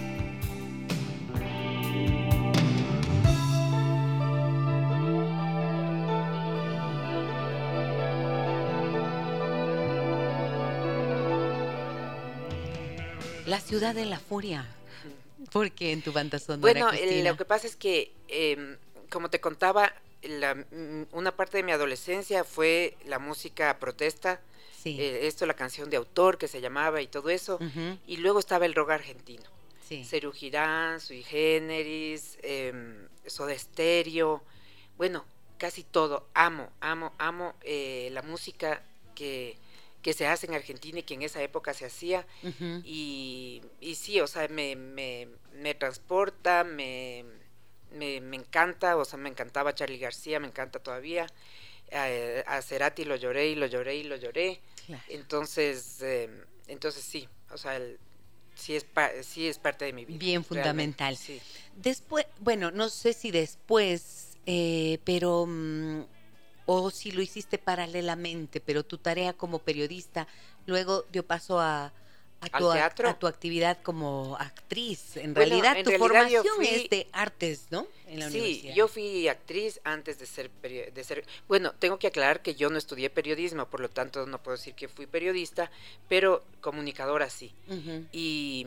B: La ciudad de la furia. Porque en tu banda sonora,
E: Bueno, el-
B: Cristina.
E: lo que pasa es que, eh, como te contaba, la, mm, una parte de mi adolescencia fue la música protesta,
B: Sí.
E: eh, esto, la canción de autor que se llamaba y todo eso,
B: Ujú,
E: y luego estaba el rock argentino,
B: sí.
E: Serú Girán, Sui Generis, eh, Soda Stereo, bueno, casi todo. Amo, amo, amo eh, la música que, que se hace en Argentina y que en esa época se hacía.
B: Ujú.
E: Y, y sí, o sea, me, me, me transporta, me, me, me encanta, o sea, me encantaba Charly García, me encanta todavía. Eh, a Cerati lo lloré y lo lloré y lo lloré.
B: Claro.
E: Entonces, eh, entonces sí, o sea, el- sí, es pa- sí es parte de mi vida.
B: Bien
E: realmente,
B: fundamental.
E: sí.
B: Después, bueno, no sé si después, eh, pero, mm, o si lo hiciste paralelamente, pero tu tarea como periodista luego dio paso a, a,
E: ¿Al
B: tu, ac-
E: teatro?
B: a tu actividad como actriz. En
E: Bueno,
B: realidad,
E: en
B: tu
E: realidad yo
B: formación
E: fui-
B: es de artes, ¿no? En la
E: Sí,
B: universidad.
E: yo fui actriz antes de ser, perio- de ser... Bueno, tengo que aclarar que yo no estudié periodismo, por lo tanto no puedo decir que fui periodista, pero comunicadora sí.
B: Ujú.
E: Y,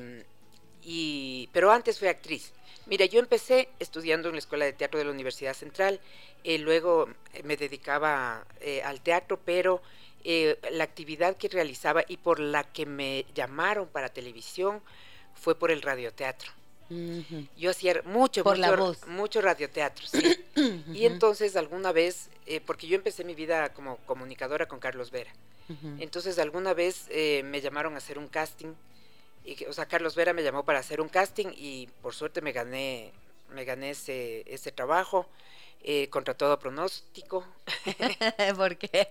E: y, pero antes fui actriz. Mira, yo empecé estudiando en la Escuela de Teatro de la Universidad Central, eh, luego eh, me dedicaba eh, al teatro, pero eh, la actividad que realizaba y por la que me llamaron para televisión fue por el radioteatro.
B: Ujú.
E: Yo hacía mucho,
B: Por la
E: mucho,
B: voz.
E: mucho radioteatro, sí. Y entonces alguna vez, eh, porque yo empecé mi vida como comunicadora con Carlos Vera,
B: Ujú.
E: entonces alguna vez eh, me llamaron a hacer un casting, y, que- o sea, Carlos Vera me llamó para hacer un casting y por suerte me gané, me gané ese, ese trabajo, eh, contra todo pronóstico,
B: ¿Por qué?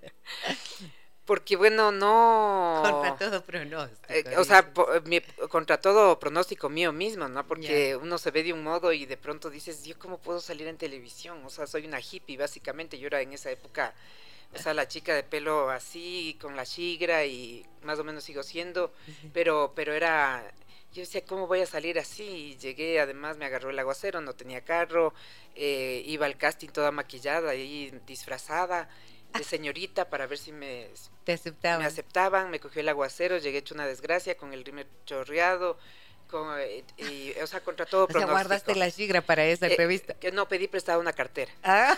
E: porque bueno, no...
B: Contra todo pronóstico.
E: Eh, o sea,
B: dices.
E: po- mi- contra todo pronóstico mío mismo, ¿no? Porque uno se ve de un modo y de pronto dices, ¿yo cómo puedo salir en televisión? O sea, soy una hippie, básicamente. Yo era en esa época, o sea, la chica de pelo así, con la chigra y más o menos sigo siendo, pero, pero era... Yo decía, ¿cómo voy a salir así? Y llegué, además me agarró el aguacero, no tenía carro, eh, iba al casting toda maquillada y disfrazada de señorita para ver si me
B: Te aceptaban.
E: me aceptaban, me cogió el aguacero, llegué hecho una desgracia con el rímel chorreado, con, eh, y, o sea, contra todo
B: O sea,
E: pronóstico.
B: guardaste la chigra para esa
E: Eh,
B: entrevista.
E: que no, pedí prestada una cartera,
B: Ah,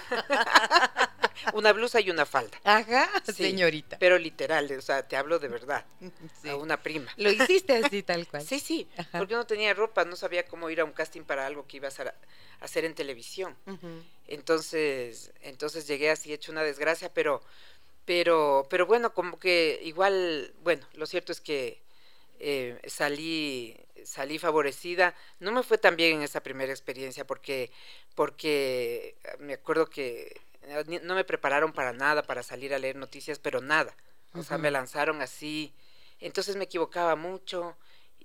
E: una blusa y una falda,
B: ajá,
E: Sí.
B: señorita.
E: pero literal, o sea, te hablo de verdad,
B: Sí.
E: a una prima.
B: Lo hiciste así, tal cual.
E: Sí, sí,
B: Ajá.
E: porque no tenía ropa, no sabía cómo ir a un casting para algo que ibas a a hacer en televisión.
B: Ujú.
E: Entonces, entonces llegué así hecho una desgracia, pero, pero, pero bueno, como que igual, bueno, lo cierto es que eh, salí, salí favorecida. No me fue tan bien en esa primera experiencia porque, porque me acuerdo que eh, ni- no me prepararon para nada, para salir a leer noticias, pero nada. O sea, me
B: Ujú.
E: lanzaron así. Entonces me equivocaba mucho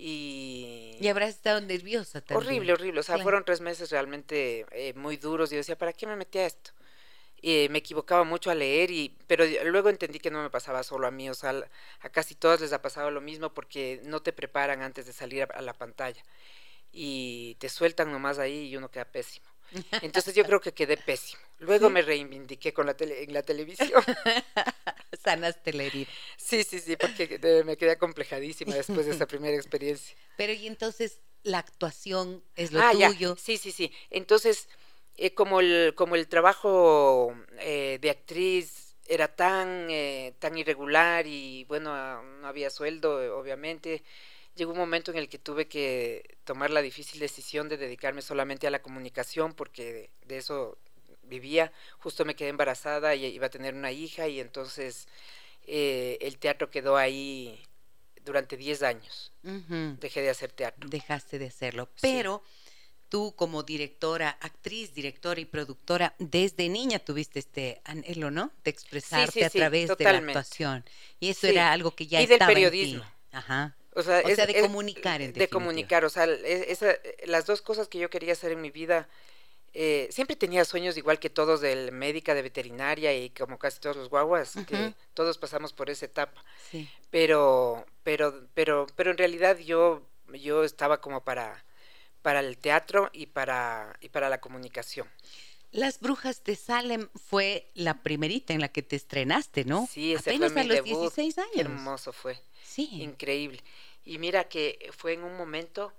E: y...
B: Y habrás estado nerviosa también.
E: Horrible, horrible. O sea,
B: Claro.
E: fueron tres meses realmente eh, muy duros. Y yo decía, ¿para qué me metí a esto? Y me equivocaba mucho a leer, y pero y- luego entendí que no me pasaba solo a mí. O sea, al- a casi todos les ha pasado lo mismo porque no te preparan antes de salir a, a la pantalla. Y te sueltan nomás ahí y uno queda pésimo. Entonces yo creo que quedé pésimo. Luego
B: ¿Sí?
E: me reivindiqué con la tele, en la televisión.
B: Sanaste la herida.
E: Sí, sí, sí, porque de- me quedé acomplejadísima después de esa primera experiencia.
B: Pero y entonces la actuación es lo
E: Ah, ya,
B: tuyo.
E: sí, sí, sí. Entonces, eh, como el, como el trabajo eh, de actriz era tan, eh, tan irregular y bueno, ah, no había sueldo, eh, obviamente, llegó un momento en el que tuve que tomar la difícil decisión de dedicarme solamente a la comunicación porque de, de eso vivía. Justo me quedé embarazada y iba a tener una hija y entonces eh, el teatro quedó ahí durante diez años.
B: Ujú.
E: Dejé de hacer teatro.
B: Dejaste de hacerlo.
E: Sí.
B: Pero tú como directora, actriz, directora y productora, desde niña tuviste este anhelo, ¿no? De expresarte
E: sí,
B: a
E: sí,
B: través de la
E: totalmente.
B: actuación. Y eso
E: Sí.
B: era algo que ya
E: Y del
B: estaba
E: periodismo.
B: en ti. Ajá.
E: O sea,
B: O
E: es-
B: sea, de
E: es-
B: comunicar, en
E: de
B: definitiva.
E: comunicar, o sea, es- esa- las dos cosas que yo quería hacer en mi vida, eh, siempre tenía sueños igual que todos, del médica, de veterinaria y como casi todos los guaguas, que
B: Ujú.
E: todos pasamos por esa etapa,
B: Sí.
E: pero, pero, pero, pero en realidad yo, yo estaba como para, para el teatro y para, y para la comunicación.
B: Las Brujas de Salem fue la primerita en la que te estrenaste, ¿no?
E: Sí, ese
B: Apenas
E: fue
B: a
E: mi
B: los
E: debut.
B: dieciséis años.
E: Qué hermoso fue.
B: Sí.
E: Increíble. Y mira que fue en un momento,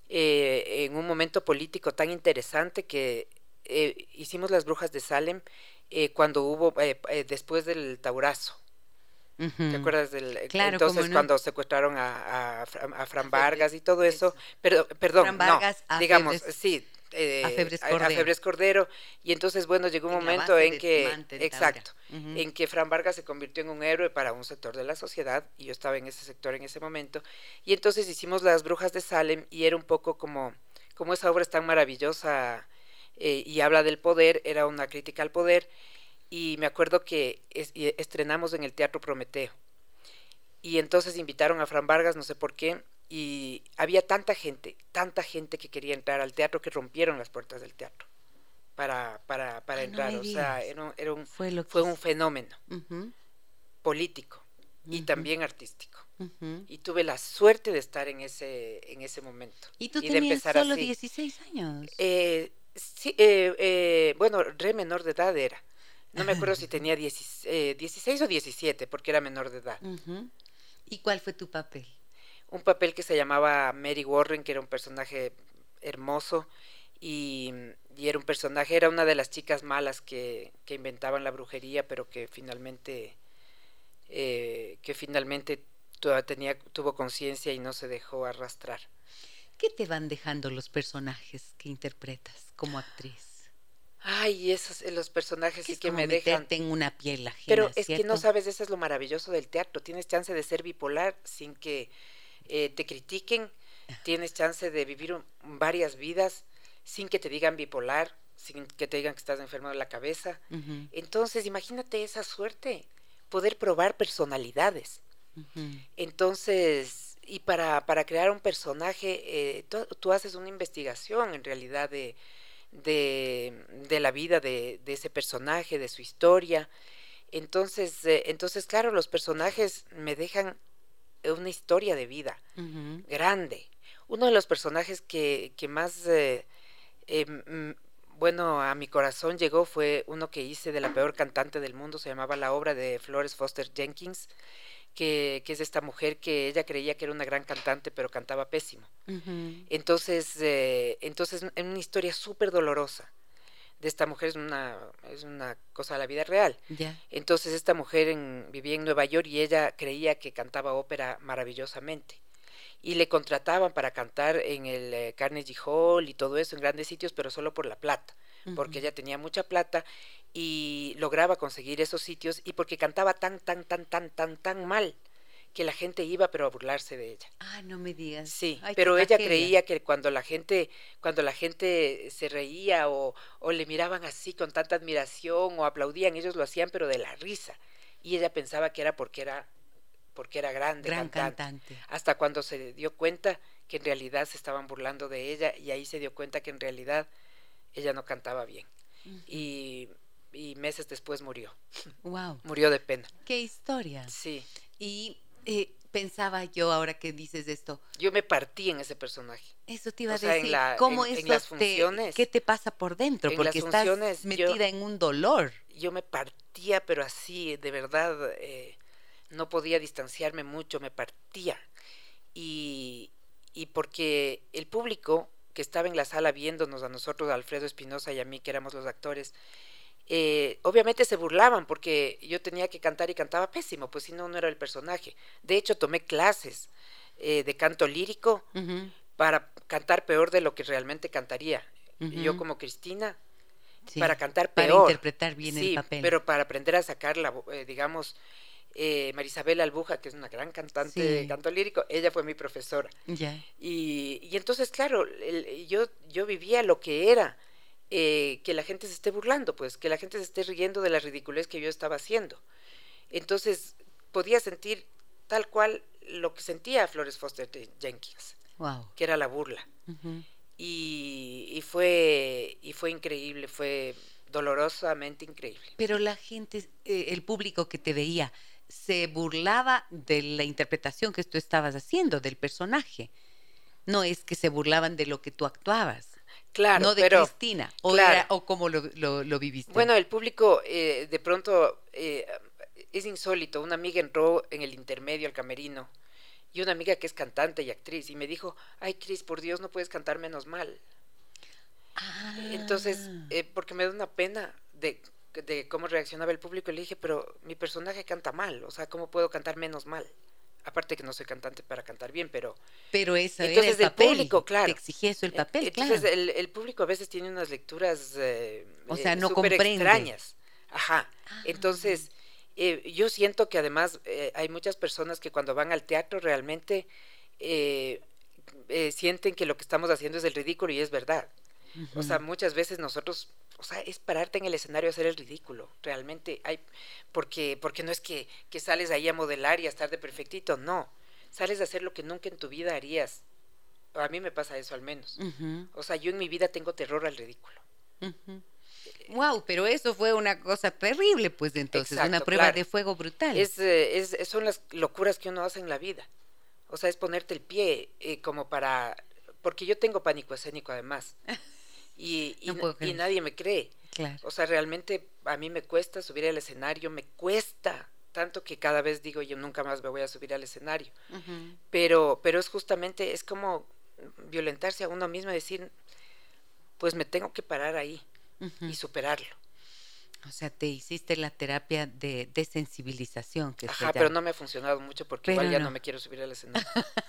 E: eh, en un momento político tan interesante que eh, hicimos Las Brujas de Salem eh, cuando hubo, eh, eh, después del Taurazo.
B: Ujú.
E: ¿Te acuerdas del
B: Claro,
E: entonces
B: cómo no.
E: cuando secuestraron a, a, Fra- a Fran Vargas y todo
B: Eso.
E: eso? Pero, perdón,
B: Fran Vargas,
E: no,
B: a
E: digamos,
B: Febres-
E: sí. eh,
B: a Febres
E: a- a
B: Cordero.
E: Febres Cordero. Y entonces, bueno, llegó un
B: En la
E: momento
B: base
E: en
B: de
E: que,
B: Manta, en
E: exacto,
B: Taura. Ujú.
E: en que Fran Vargas se convirtió en un héroe para un sector de la sociedad, y yo estaba en ese sector en ese momento, y entonces hicimos Las Brujas de Salem, y era un poco como, como esa obra es tan maravillosa eh, y habla del poder, era una crítica al poder, y me acuerdo que es- y estrenamos en el Teatro Prometeo, y entonces invitaron a Fran Vargas, no sé por qué, y había tanta gente, tanta gente que quería entrar al teatro que rompieron las puertas del teatro para, para, para
B: Ah, no
E: entrar,
B: me
E: o sea,
B: digas.
E: era un, era un-
B: Fue lo
E: fue
B: que
E: un
B: hizo.
E: fenómeno
B: Ujú,
E: político y
B: Ujú.
E: también artístico.
B: ujú.
E: Y tuve la suerte de estar en ese, en ese momento.
B: Y tú
E: de
B: tenías
E: empezar
B: solo
E: así.
B: dieciséis años.
E: Eh, sí, eh, eh, bueno, re menor de edad era. No me acuerdo si tenía dieciséis, eh, dieciséis o diecisiete, porque era menor de edad.
B: Ujú. ¿Y cuál fue tu papel?
E: Un papel que se llamaba Mary Warren, que era un personaje hermoso, y, y era un personaje, era una de las chicas malas que, que inventaban la brujería, pero que finalmente, eh, que finalmente tu- tenía, tuvo conciencia y no se dejó arrastrar.
B: ¿Qué te van dejando los personajes que interpretas como actriz?
E: Ay, esos eh, los personajes
B: Que
E: sí
B: es
E: que
B: como
E: me dejan.
B: meterte en una piel ajena,
E: Pero es que no
B: ¿cierto?
E: sabes, eso es lo maravilloso del teatro. Tienes chance de ser bipolar sin que eh, te critiquen. Tienes chance de vivir un- varias vidas sin que te digan bipolar, sin que te digan que estás enfermo de la cabeza.
B: Ujú,
E: Entonces, imagínate esa suerte, poder probar personalidades.
B: ujú.
E: Entonces, y para, para crear un personaje, eh, tú, tú haces una investigación en realidad de, de, de la vida de, de ese personaje, de su historia. Entonces, eh, entonces, claro, los personajes me dejan una historia de vida
B: Ujú.
E: grande. Uno de los personajes que, que más, eh, eh, mm, bueno, a mi corazón llegó fue uno que hice de la peor cantante del mundo, se llamaba La Obra, de Flores Foster Jenkins, que, que es esta mujer que ella creía que era una gran cantante, pero cantaba pésimo.
B: Ujú.
E: Entonces, eh, entonces es una historia súper dolorosa de esta mujer, es una, es una cosa de la vida real.
B: Ya.
E: Entonces esta mujer en, vivía en Nueva York y ella creía que cantaba ópera maravillosamente. Y le contrataban para cantar en el eh, Carnegie Hall y todo eso, en grandes sitios, pero solo por la plata, porque
B: Ujú.
E: ella tenía mucha plata y lograba conseguir esos sitios, y porque cantaba tan, tan, tan, tan, tan, tan mal, que la gente iba pero a burlarse de ella.
B: Ah, no me digas.
E: Sí,
B: Ay, qué
E: pero ella
B: tragedia.
E: creía que cuando la gente, cuando la gente se reía o, o le miraban así con tanta admiración o aplaudían, ellos lo hacían pero de la risa. Y ella pensaba que era porque era, porque era grande,
B: Gran
E: cantante.
B: cantante.
E: Hasta cuando se dio cuenta que en realidad se estaban burlando de ella, y ahí se dio cuenta que en realidad ella no cantaba bien.
B: Ujú.
E: Y, y meses después murió,
B: Wow,
E: murió de pena.
B: qué historia.
E: Sí,
B: Y eh, pensaba yo ahora que dices esto,
E: yo me partí en ese personaje.
B: eso te iba
E: O
B: a
E: sea, en
B: decir,
E: la-
B: ¿cómo
E: en- en
B: eso
E: las
B: te,
E: funciones-
B: qué te pasa por dentro?
E: en
B: Porque
E: las
B: estás
E: funciones, yo-
B: metida en un dolor.
E: Yo me partía, pero así, de verdad, eh, no podía distanciarme mucho, me partía. Y, y porque el público que estaba en la sala viéndonos a nosotros, a Alfredo Espinosa y a mí, que éramos los actores, eh, obviamente se burlaban porque yo tenía que cantar y cantaba pésimo, pues si no, no era el personaje. De hecho, tomé clases eh, de canto lírico
B: Ujú,
E: para cantar peor de lo que realmente cantaría.
B: ujú.
E: Yo como Cristina,
B: Sí,
E: para cantar
B: para
E: peor.
B: interpretar bien el
E: Sí,
B: papel.
E: pero para aprender a sacar la, vo- eh, digamos, eh, Marisabel Albuja, que es una gran cantante de
B: Sí.
E: canto lírico, ella fue mi profesora.
B: Ya.
E: Y, y entonces, claro, el- yo, yo vivía lo que era eh, que la gente se esté burlando, pues, que la gente se esté riendo de la ridiculez que yo estaba haciendo. Entonces, podía sentir tal cual lo que sentía Flores Foster de Jenkins,
B: Wow.
E: que era la burla.
B: Ujú.
E: Y, y fue y fue increíble, fue dolorosamente increíble.
B: Pero la gente, eh, el público que te veía, se burlaba de la interpretación que tú estabas haciendo, del personaje. No es que se burlaban de lo que tú actuabas,
E: Claro,
B: no de
E: pero
B: Cristina, o,
E: claro.
B: era- o cómo lo, lo, lo viviste.
E: bueno, el público eh, de pronto eh, es insólito. Una amiga entró en el intermedio al camerino, y una amiga que es cantante y actriz, y me dijo, ay, Cris, por Dios, no puedes cantar menos mal.
B: Ah.
E: Entonces, eh, porque me da una pena de, de cómo reaccionaba el público, le dije, pero mi personaje canta mal, o sea, ¿cómo puedo cantar menos mal? Aparte que no soy cantante para cantar bien, pero...
B: Pero ese
E: Entonces,
B: era el
E: el
B: papel,
E: público, claro.
B: te exigía eso el papel,
E: Entonces,
B: claro.
E: el, el público a veces tiene unas lecturas eh,
B: O sea,
E: eh,
B: no
E: súper
B: comprende.
E: extrañas. Ajá.
B: Ah.
E: Entonces, eh, yo siento que además eh, hay muchas personas que cuando van al teatro realmente eh, eh, sienten que lo que estamos haciendo es el ridículo, y es verdad. O sea,
B: Ujú.
E: muchas veces nosotros, o sea, es pararte en el escenario a hacer el ridículo. Realmente hay, porque, porque no es que, que sales ahí a modelar y a estar de perfectito, no. Sales a hacer lo que nunca en tu vida harías. A mí me pasa eso al menos.
B: Ujú,
E: O sea, yo en mi vida tengo terror al ridículo.
B: ujú. Wow, pero eso fue una cosa terrible, pues entonces, una
E: Exacto,
B: prueba
E: claro.
B: de fuego brutal.
E: Es, eh, es, son las locuras que uno hace en la vida. O sea, es ponerte el pie eh, como para... Porque yo tengo pánico escénico además. Y, y,
B: No puedo
E: y
B: creer.
E: nadie me cree.
B: Claro.
E: O sea, realmente a mí me cuesta subir al escenario, me cuesta tanto que cada vez digo, yo nunca más me voy a subir al escenario.
B: Ujú.
E: Pero, pero es justamente, es como violentarse a uno mismo y decir, pues me tengo que parar ahí
B: Ujú.
E: y superarlo.
B: O sea, te hiciste la terapia de desensibilización que se
E: Ajá,
B: llama.
E: pero no me ha funcionado mucho porque
B: Pero
E: igual ya
B: no.
E: no me quiero subir al escenario.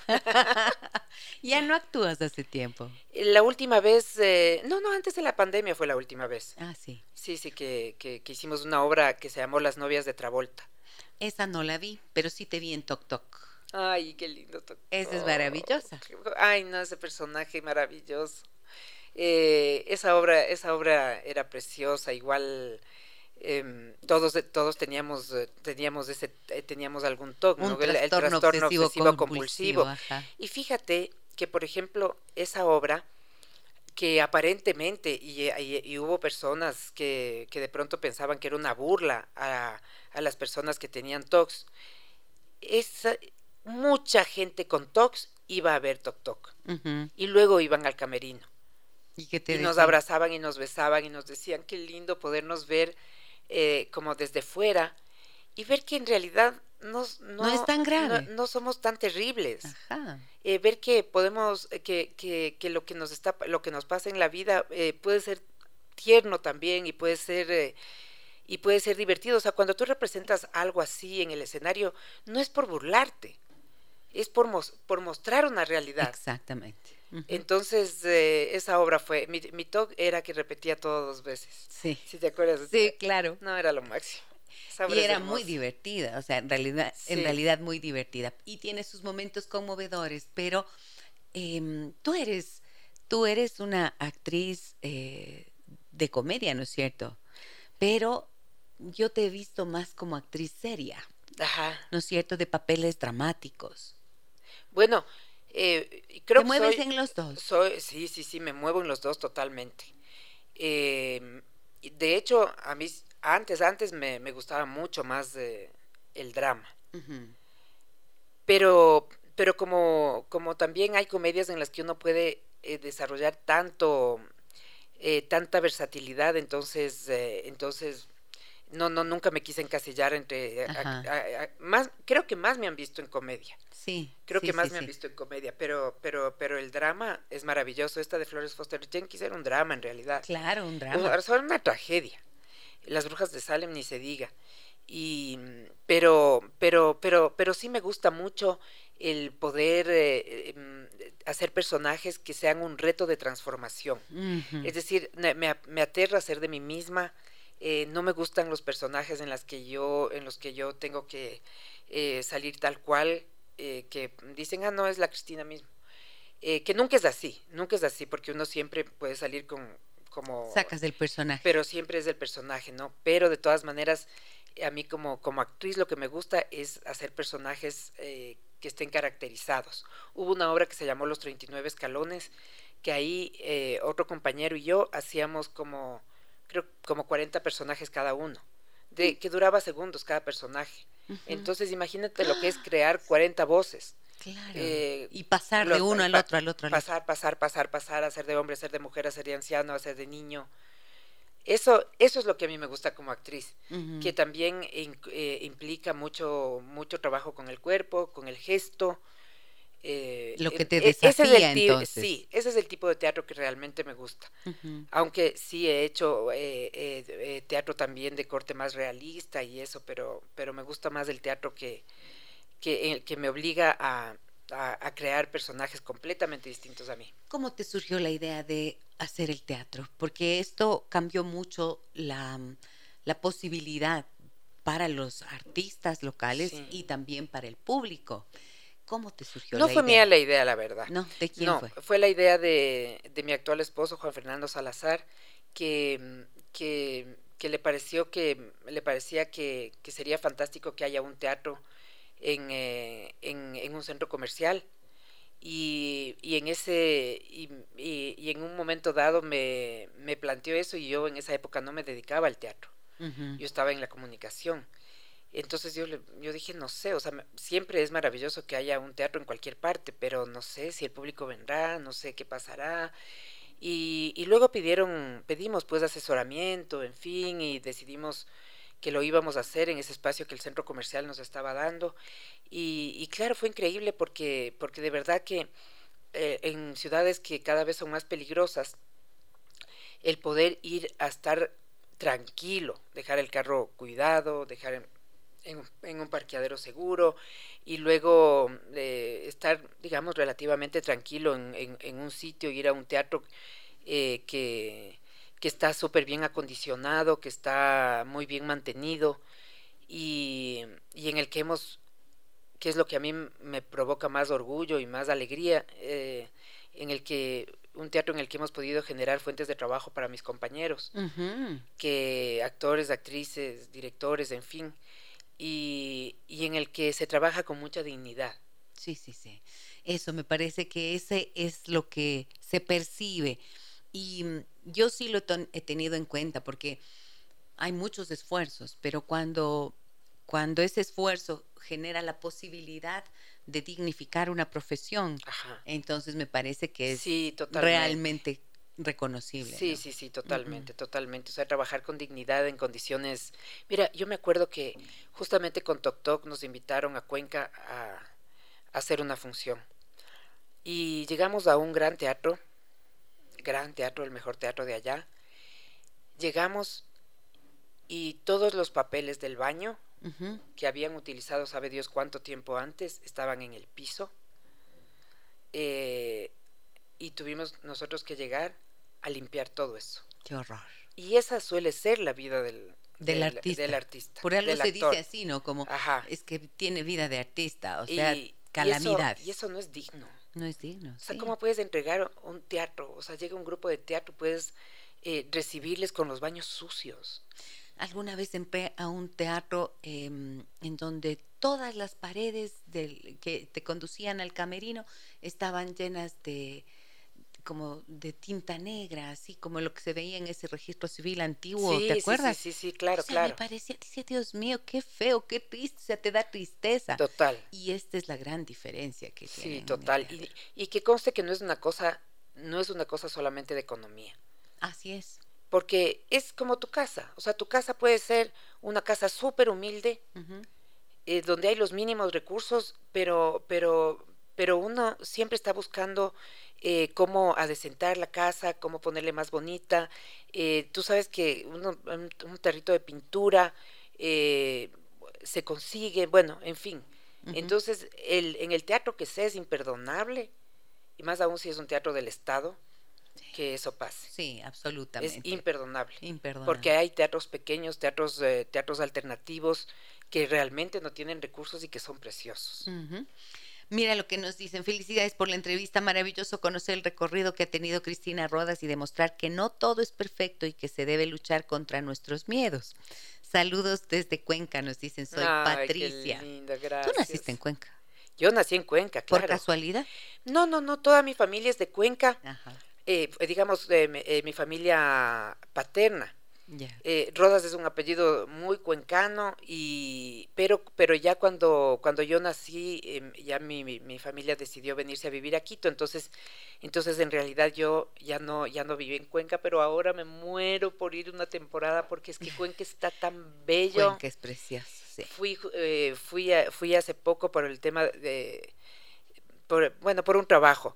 B: Ya no actúas hace tiempo.
E: La última vez, eh, no, no, antes de la pandemia fue la última vez.
B: Ah, sí.
E: Sí, sí, que, que, que hicimos una obra que se llamó Las novias de Travolta.
B: Esa no la vi, pero sí te vi en Toc Toc.
E: Ay, qué lindo. to-
B: Esa es
E: oh,
B: maravillosa.
E: qué- Ay, no, ese personaje maravilloso. Eh, esa obra, esa obra era preciosa, igual em, todos, todos teníamos, eh, teníamos ese, eh, teníamos algún toque,
B: Un
E: ¿no? El, el
B: trastorno
E: trastorno
B: obsesivo
E: obsesivo
B: compulsivo,
E: compulsivo.
B: ajá.
E: Y fíjate que, por ejemplo, esa obra, que aparentemente, y, y- y hubo personas que, que de pronto pensaban que era una burla a, a las personas que tenían T O C, esa, mucha gente con T O C iba a ver Toc Toc,
B: Ujú.
E: y luego iban al camerino,
B: ¿Y qué te
E: y nos
B: decía?
E: abrazaban y nos besaban y nos decían qué lindo podernos ver eh, como desde fuera, y ver que en realidad no, no,
B: No es tan grave.
E: no, no somos tan terribles.
B: Ajá.
E: Eh, ver que podemos, eh, que, que, que lo que nos está, lo que nos pasa en la vida eh, puede ser tierno también, y puede ser eh, y puede ser divertido. O sea, cuando tú representas algo así en el escenario, no es por burlarte, es por mos- por mostrar una realidad.
B: Exactamente. Ujú.
E: Entonces eh, esa obra fue, mi, mi talk era que repetía todo dos veces.
B: Sí.
E: ¿Sí te acuerdas?
B: Sí, claro.
E: No, era lo máximo. Esa obra
B: Y
E: es
B: era muy
E: hermosa.
B: divertida, o sea, en realidad, en
E: Sí.
B: realidad muy divertida. Y tiene sus momentos conmovedores, pero em, tú eres, tú eres una actriz eh, de comedia, ¿no es cierto? Pero yo te he visto más como actriz seria,
E: Ajá.
B: ¿no es cierto? De papeles dramáticos.
E: Bueno, eh,
B: ¿Te
E: creo que
B: mueves
E: soy,
B: en los dos?
E: soy, sí, sí, sí, me muevo en los dos totalmente. Eh, y de hecho, a mí s- antes, antes me, me gustaba mucho más eh, el drama.
B: Ujú.
E: Pero, pero como, como también hay comedias en las que uno puede eh, desarrollar tanto, eh, tanta versatilidad, entonces, eh, entonces no, no, nunca me quise encasillar entre, a-
B: Ajá.
E: a- a- más, creo que más me han visto en comedia.
B: Sí,
E: Creo
B: sí,
E: que más
B: sí,
E: me han
B: sí.
E: visto en comedia, pero, pero, pero el drama es maravilloso. Esta de Flores Foster Jenkins era un drama en realidad.
B: Claro, un
E: O
B: drama.
E: sea, era una tragedia. Las Brujas de Salem ni se diga. Y, mm, pero, pero, pero, pero sí me gusta mucho el poder eh, em, hacer personajes que sean un reto de transformación.
B: Ujú.
E: Es decir, me, me a- me aterra ser de mí misma. Eh, no me gustan los personajes en las que yo, en los que yo tengo que eh, salir tal cual, eh, que dicen, ah, no, es la Cristina misma. Eh, que nunca es así, nunca es así, porque uno siempre puede salir con como,
B: Sacas del personaje.
E: pero siempre es del personaje, ¿no? Pero de todas maneras, a mí como, como actriz lo que me gusta es hacer personajes eh, que estén caracterizados. Hubo una obra que se llamó Los treinta y nueve Escalones, que ahí eh, otro compañero y yo hacíamos como, creo, como cuarenta personajes cada uno, de, que duraba segundos cada personaje.
B: Ujú.
E: Entonces imagínate lo que es crear cuarenta voces.
B: Claro.
E: Eh,
B: Y pasar de
E: los-
B: uno al
E: pa-
B: otro, al otro, al otro.
E: pasar, pasar, pasar, pasar, hacer de hombre, hacer de mujer, hacer de anciano, hacer de niño. Eso, eso es lo que a mí me gusta como actriz,
B: Ujú.
E: que también in- eh, implica mucho, mucho trabajo con el cuerpo, con el gesto. eh,
B: Lo que
E: en-
B: te
E: e- ese es el
B: desafía,
E: ti-
B: entonces.
E: sí, ese es el tipo de teatro que realmente me gusta.
B: Ujú.
E: Aunque sí he hecho eh, eh, eh, teatro también de corte más realista y eso, pero, pero me gusta más el teatro que, que, eh, que me obliga a, a- a crear personajes completamente distintos a mí.
B: ¿Cómo te surgió la idea de hacer el teatro? Porque esto cambió mucho la, la posibilidad para los artistas locales
E: Sí.
B: y también para el público. ¿Cómo te surgió
E: No
B: la
E: fue
B: idea?
E: mía la idea, la verdad.
B: No, ¿de quién
E: No,
B: fue?
E: fue la idea de, de mi actual esposo, Juan Fernando Salazar, que, mm, que, que le pareció que le parecía que, que sería fantástico que haya un teatro en, eh, en, en un centro comercial. Y, y en ese y, y- y en un momento dado me, me planteó eso y yo en esa época no me dedicaba al teatro,
B: Ujú.
E: yo estaba en la comunicación. Entonces yo, le- yo dije, no sé, o sea, me- siempre es maravilloso que haya un teatro en cualquier parte, pero no sé si el público vendrá, no sé qué pasará. Y, y luego pidieron, pedimos pues asesoramiento, en fin, y decidimos que lo íbamos a hacer en ese espacio que el centro comercial nos estaba dando. Y, y claro, fue increíble porque, porque de verdad que eh, en ciudades que cada vez son más peligrosas, el poder ir a estar tranquilo, dejar el carro cuidado, dejar en, en un- en un parqueadero seguro y luego eh, estar, digamos, relativamente tranquilo en, en- en un sitio, ir a un teatro eh, que, que está súper bien acondicionado, que está muy bien mantenido y, y en el que hemos, que es lo que a mí m- me provoca más orgullo y más alegría, eh, en el que un teatro en el que hemos podido generar fuentes de trabajo para mis compañeros,
B: Ujú.
E: que actores, actrices, directores, en fin, y, y en el que se trabaja con mucha dignidad.
B: Sí, sí, sí. Eso me parece que ese es lo que se percibe. Y mm, yo sí lo ton- he tenido en cuenta porque hay muchos esfuerzos, pero cuando, cuando ese esfuerzo genera la posibilidad de dignificar una profesión,
E: Ajá.
B: entonces me parece que es
E: Sí, totalmente.
B: realmente reconocible,
E: Sí,
B: ¿no?
E: sí, sí,
B: Ujú.
E: totalmente, totalmente. O sea, trabajar con dignidad en condiciones. Mira, yo me acuerdo que justamente con Tok Tok nos invitaron a Cuenca a, a hacer una función. Y llegamos a un gran teatro, gran teatro, el mejor teatro de allá. Llegamos y todos los papeles del baño
B: Ujú.
E: que habían utilizado, sabe Dios cuánto tiempo antes, estaban en el piso. Eh, y tuvimos nosotros que llegar a limpiar todo eso.
B: Qué horror.
E: Y esa suele ser la vida del,
B: Del artista.
E: Del artista.
B: Por algo
E: del
B: se
E: actor.
B: dice así, ¿no? Como
E: Ajá.
B: es que tiene vida de artista, o sea,
E: Y,
B: calamidades.
E: Y eso, y eso no es digno.
B: No es digno.
E: O sea,
B: sí.
E: ¿cómo puedes entregar un teatro? O sea, llega un grupo de teatro, puedes eh, recibirles con los baños sucios.
B: Alguna vez entré a un teatro eh, en donde todas las paredes del, que te conducían al camerino estaban llenas de como de tinta negra, así como lo que se veía en ese registro civil antiguo,
E: Sí,
B: ¿te
E: sí,
B: acuerdas?
E: Sí, sí, sí, claro,
B: o sea,
E: claro.
B: me parecía, decía, Dios mío, qué feo, qué triste, o sea, te da tristeza.
E: Total.
B: Y esta es la gran diferencia que tiene.
E: Sí, total. Y, y que conste que no es una cosa, no es una cosa solamente de economía.
B: Así es.
E: Porque es como tu casa, o sea, tu casa puede ser una casa súper humilde,
B: Uh-huh.
E: eh, donde hay los mínimos recursos, pero, pero, pero uno siempre está buscando eh, cómo adecentar la casa, cómo ponerle más bonita. Eh, tú sabes que uno, un, un tarrito de pintura eh, se consigue, bueno, en fin.
B: Uh-huh.
E: Entonces, el, en el teatro que sea es imperdonable, y más aún si es un teatro del Estado, que eso pase.
B: Sí, absolutamente.
E: Es imperdonable.
B: Imperdonable.
E: Porque hay teatros pequeños, teatros, eh, teatros alternativos que realmente no tienen recursos y que son preciosos.
B: Uh-huh. Mira lo que nos dicen. Felicidades por la entrevista. Maravilloso conocer el recorrido que ha tenido Cristina Rodas y demostrar que no todo es perfecto y que se debe luchar contra nuestros miedos. Saludos desde Cuenca, nos dicen. Soy
E: Ay,
B: Patricia.
E: qué linda, gracias.
B: ¿Tú naciste en Cuenca?
E: Yo nací en Cuenca, claro.
B: ¿Por casualidad?
E: No, no, no. Toda mi familia es de Cuenca.
B: Ajá.
E: Eh, digamos, eh, eh, mi familia paterna.
B: Yeah.
E: Eh, Rodas es un apellido muy cuencano, y pero pero ya cuando cuando yo nací, eh, ya mi, mi, mi familia decidió venirse a vivir a Quito, entonces entonces en realidad yo ya no ya no viví en Cuenca, pero ahora me muero por ir una temporada porque es que Cuenca está tan bello.
B: Cuenca es precioso, sí.
E: Fui eh, fui a, fui hace poco por el tema de por, bueno, por un trabajo.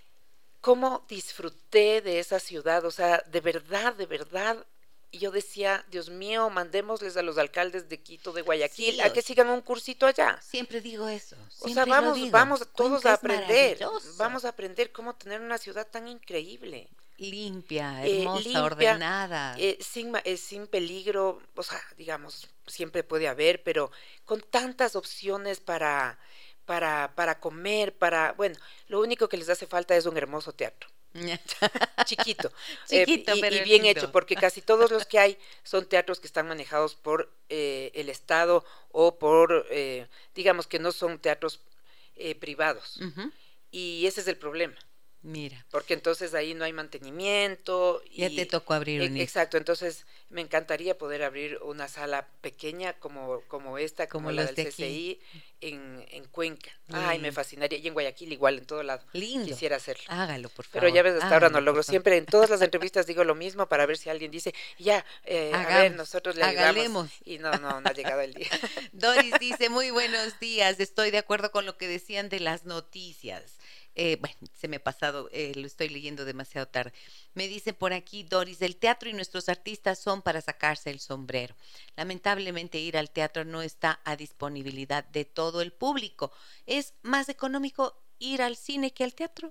E: ¿Cómo disfruté de esa ciudad? O sea, de verdad, de verdad. Y yo decía, Dios mío, mandémosles a los alcaldes de Quito, de Guayaquil,
B: Sí,
E: a que sigan un cursito allá.
B: Siempre digo eso.
E: O sea,
B: Siempre lo
E: vamos,
B: digo.
E: vamos todos
B: Cuenca
E: a
B: es
E: aprender,
B: maravilloso.
E: vamos a aprender cómo tener una ciudad tan increíble.
B: Limpia,
E: Eh,
B: hermosa,
E: limpia,
B: ordenada.
E: Eh, sin, ma- eh, sin peligro, o sea, digamos, siempre puede haber, pero con tantas opciones para, para, para comer, para, bueno, lo único que les hace falta es un hermoso teatro. Chiquito,
B: Chiquito,
E: eh, y,
B: pero
E: y bien
B: lindo.
E: hecho, porque casi todos los que hay son teatros que están manejados por eh, el Estado o por, eh, digamos que no son teatros eh, privados.
B: Uh-huh.
E: Y ese es el problema,
B: Mira,
E: porque entonces ahí no hay mantenimiento.
B: ya
E: y,
B: te tocó abrir
E: e-
B: un
E: Exacto, entonces me encantaría poder abrir una sala pequeña como, como esta, como,
B: Como
E: la
B: los
E: del
B: de
E: C C I en, en Cuenca.
B: Lindo.
E: Ay, me fascinaría, y en Guayaquil igual, en todo lado.
B: Lindo.
E: Quisiera hacerlo.
B: Hágalo, por favor.
E: Pero ya ves, hasta ahora no
B: hágalo,
E: logro.
B: por favor.
E: Siempre en todas las entrevistas digo lo mismo para ver si alguien dice, ya, eh, a
B: Hagamos,
E: ver, nosotros le ayudamos.
B: hagalemos.
E: Y no, no, no ha llegado el día.
B: Doris dice, muy buenos días, estoy de acuerdo con lo que decían de las noticias. Eh, bueno, se me ha pasado, eh, lo estoy leyendo demasiado tarde. Me dice por aquí, Doris, el teatro y nuestros artistas son para sacarse el sombrero. Lamentablemente ir al teatro no está a disponibilidad de todo el público. ¿Es más económico ir al cine que al teatro?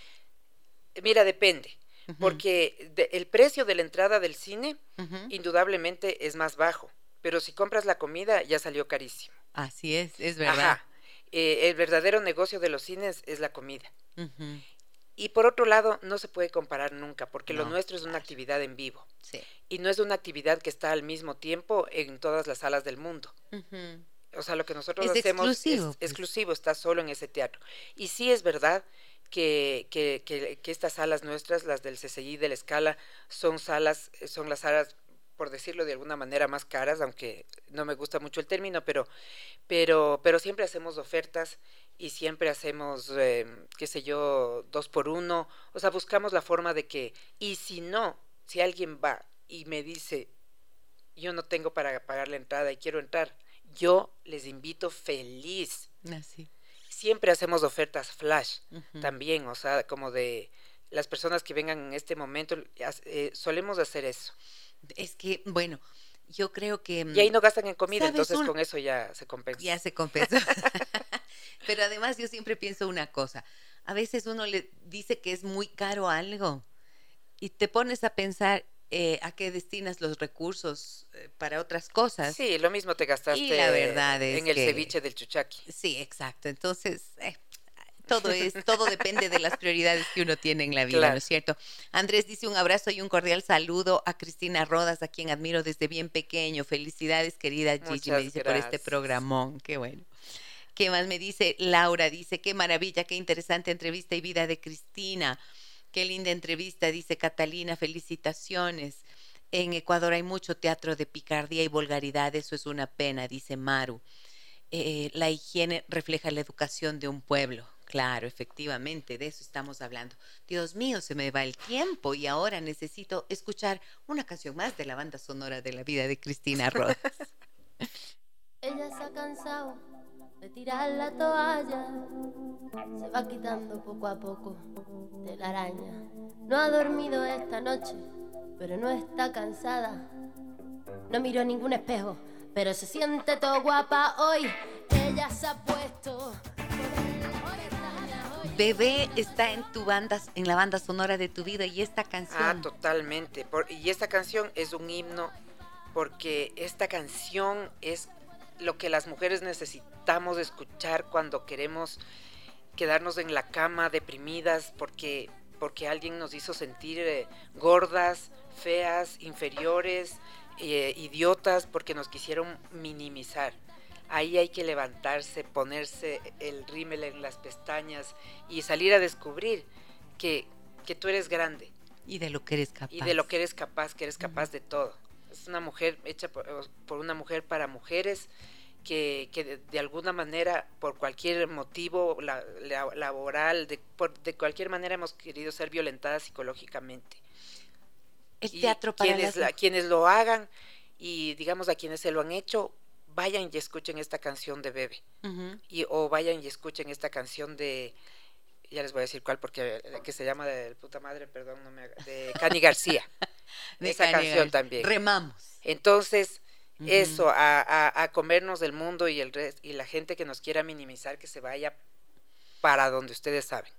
E: Mira, depende.
B: Ujú.
E: Porque de- el precio de la entrada del cine
B: Ujú.
E: indudablemente es más bajo. Pero si compras la comida ya salió carísimo.
B: Así es, es verdad.
E: Ajá. Eh, el verdadero negocio de los cines es la comida.
B: Ujú.
E: Y por otro lado, no se puede comparar nunca, porque lo
B: No,
E: nuestro es una
B: claro.
E: actividad en vivo.
B: Sí.
E: Y no es una actividad que está al mismo tiempo en todas las salas del mundo.
B: Ujú.
E: O sea, lo que nosotros
B: Es
E: hacemos
B: exclusivo,
E: es
B: pues.
E: exclusivo, está solo en ese teatro. Y sí es verdad que, que, que, que estas salas nuestras, las del C C I, de la Escala, son salas, son las salas, por decirlo de alguna manera, más caras, aunque no me gusta mucho el término, pero, pero, pero siempre hacemos ofertas y siempre hacemos, eh, qué sé yo, dos por uno. O sea, buscamos la forma de que, y si no, si alguien va y me dice, yo no tengo para pagar la entrada y quiero entrar, yo les invito feliz.
B: Así.
E: Siempre hacemos ofertas flash
B: Ujú.
E: también, o sea, como de las personas que vengan en este momento, eh, solemos hacer eso.
B: Es que, bueno, yo creo que...
E: Y ahí no gastan en comida,
B: ¿Sabes
E: entonces
B: un-
E: con eso ya se compensa.
B: Ya se compensa. Pero además yo siempre pienso una cosa. A veces uno le dice que es muy caro algo y te pones a pensar eh, a qué destinas los recursos eh, para otras cosas.
E: Sí, lo mismo te gastaste
B: Y la verdad es
E: en el
B: que-
E: ceviche del chuchaqui.
B: Sí, exacto. Entonces, eh, todo es, todo depende de las prioridades que uno tiene en la vida,
E: Claro.
B: ¿no es cierto? Andrés dice un abrazo y un cordial saludo a Cristina Rodas, a quien admiro desde bien pequeño. Felicidades, querida Gigi,
E: Muchas
B: me dice por este
E: gracias.
B: programón. Qué bueno. ¿Qué más me dice? Laura dice, qué maravilla, qué interesante entrevista y vida de Cristina. Qué linda entrevista, dice Catalina, felicitaciones. En Ecuador hay mucho teatro de picardía y vulgaridad, eso es una pena, dice Maru. Eh, la higiene refleja la educación de un pueblo. Claro, efectivamente, de eso estamos hablando. Dios mío, se me va el tiempo y ahora necesito escuchar una canción más de la banda sonora de la vida de Cristina Rodas.
F: Ella se ha cansado de tirar la toalla, se va quitando poco a poco de la araña. No ha dormido esta noche, pero no está cansada. No miró ningún espejo, pero se siente todo guapa hoy. Ella se ha puesto...
B: Bebé está en tu banda, en la banda sonora de tu vida y esta canción.
E: Ah, totalmente. Por- y esta canción es un himno porque esta canción es lo que las mujeres necesitamos escuchar cuando queremos quedarnos en la cama deprimidas porque, porque alguien nos hizo sentir eh, gordas, feas, inferiores, eh, idiotas, porque nos quisieron minimizar. Ahí hay que levantarse, ponerse el rímel en las pestañas y salir a descubrir que, que tú eres grande
B: Y de lo que eres capaz.
E: y de lo que eres capaz, que eres capaz de todo. Es una mujer hecha por, por una mujer para mujeres que, que de, de alguna manera, por cualquier motivo la, la- laboral, de, por, de cualquier manera hemos querido ser violentadas psicológicamente.
B: El
E: Y
B: teatro para
E: quienes,
B: las
E: la-
B: mujeres.
E: quienes lo hagan y digamos a quienes se lo han hecho, vayan y escuchen esta canción de Bebe.
B: Ujú.
E: Y, o vayan y escuchen esta canción de, ya les voy a decir cuál, porque eh, que se llama de puta madre, perdón, no me haga- de Cani García.
B: De
E: Esa
B: Kanye
E: canción
B: García.
E: también.
B: Remamos.
E: Entonces,
B: Ujú.
E: eso, a, a, a comernos del mundo y el res- y la gente que nos quiera minimizar, que se vaya para donde ustedes saben.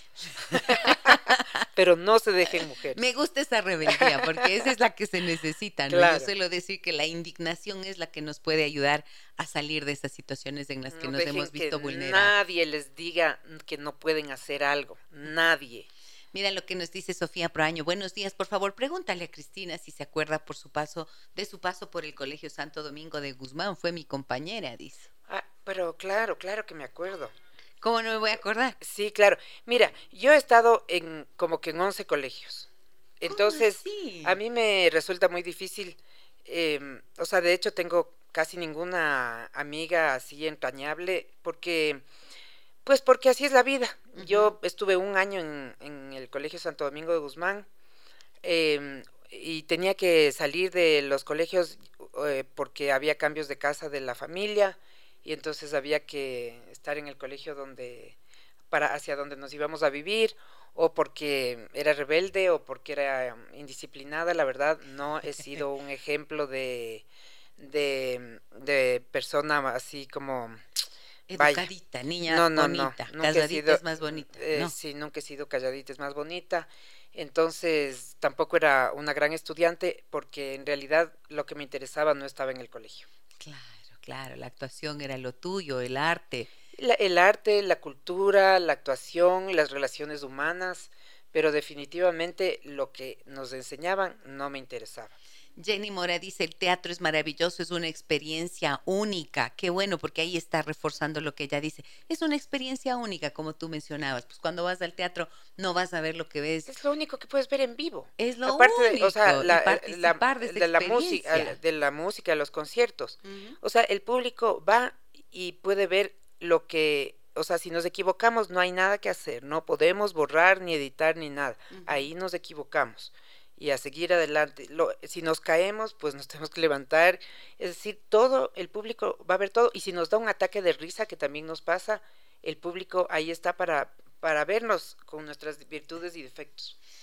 E: Pero no se dejen mujeres.
B: Me gusta esa rebeldía porque esa es la que se necesita, ¿no?
E: Claro.
B: Yo suelo decir que la indignación es la que nos puede ayudar a salir de estas situaciones en las que
E: No
B: nos
E: dejen
B: hemos visto
E: que
B: vulnerados.
E: nadie les diga que no pueden hacer algo. Nadie.
B: Mira lo que nos dice Sofía Proaño. Buenos días, por favor, pregúntale a Cristina si se acuerda por su paso, de su paso por el Colegio Santo Domingo de Guzmán. Fue mi compañera, dice.
E: Ah, pero claro, claro que me acuerdo.
B: ¿Cómo no me voy a acordar?
E: Sí, claro. Mira, yo he estado en como que en once colegios. Entonces,
B: así?
E: a mí me resulta muy difícil, eh, o sea, de hecho tengo casi ninguna amiga así entrañable, porque, pues porque así es la vida.
B: Ujú.
E: Yo estuve un año en, en el Colegio Santo Domingo de Guzmán, eh, y tenía que salir de los colegios eh, porque había cambios de casa de la familia, y entonces había que estar en el colegio donde para hacia donde nos íbamos a vivir, o porque era rebelde o porque era um, indisciplinada. La verdad, no he sido un ejemplo de de, de persona así como vaya.
B: Educadita, niña
E: No, no, no,
B: bonita.
E: nunca he
B: Calladita
E: sido-
B: es más bonita.
E: Eh,
B: ¿no?
E: Sí, nunca he sido calladita, es más bonita. Entonces, tampoco era una gran estudiante porque en realidad lo que me interesaba no estaba en el colegio.
B: Claro, claro. La actuación era lo tuyo, el arte.
E: La- el arte, la cultura, la actuación, las relaciones humanas, pero definitivamente lo que nos enseñaban no me interesaba.
B: Jenny Mora dice, el teatro es maravilloso, es una experiencia única. Qué bueno, porque ahí está reforzando lo que ella dice. Es una experiencia única, como tú mencionabas. Pues cuando vas al teatro no vas a ver lo que ves.
E: Es lo único que puedes ver en vivo.
B: Es lo
E: Aparte de,
B: único.
E: o sea,
B: y
E: la,
B: participar
E: la-
B: de esa
E: de la música,
B: experiencia.
E: de la música, los conciertos.
B: Ujú.
E: O sea, el público va y puede ver lo que, o sea, si nos equivocamos no hay nada que hacer, no podemos borrar ni editar ni nada.
B: Ujú.
E: Ahí nos equivocamos y a seguir adelante. Lo, si nos caemos, pues nos tenemos que levantar. Es decir, todo el público va a ver todo, y si nos da un ataque de risa, que también nos pasa, el público ahí está para para vernos con nuestras virtudes y defectos.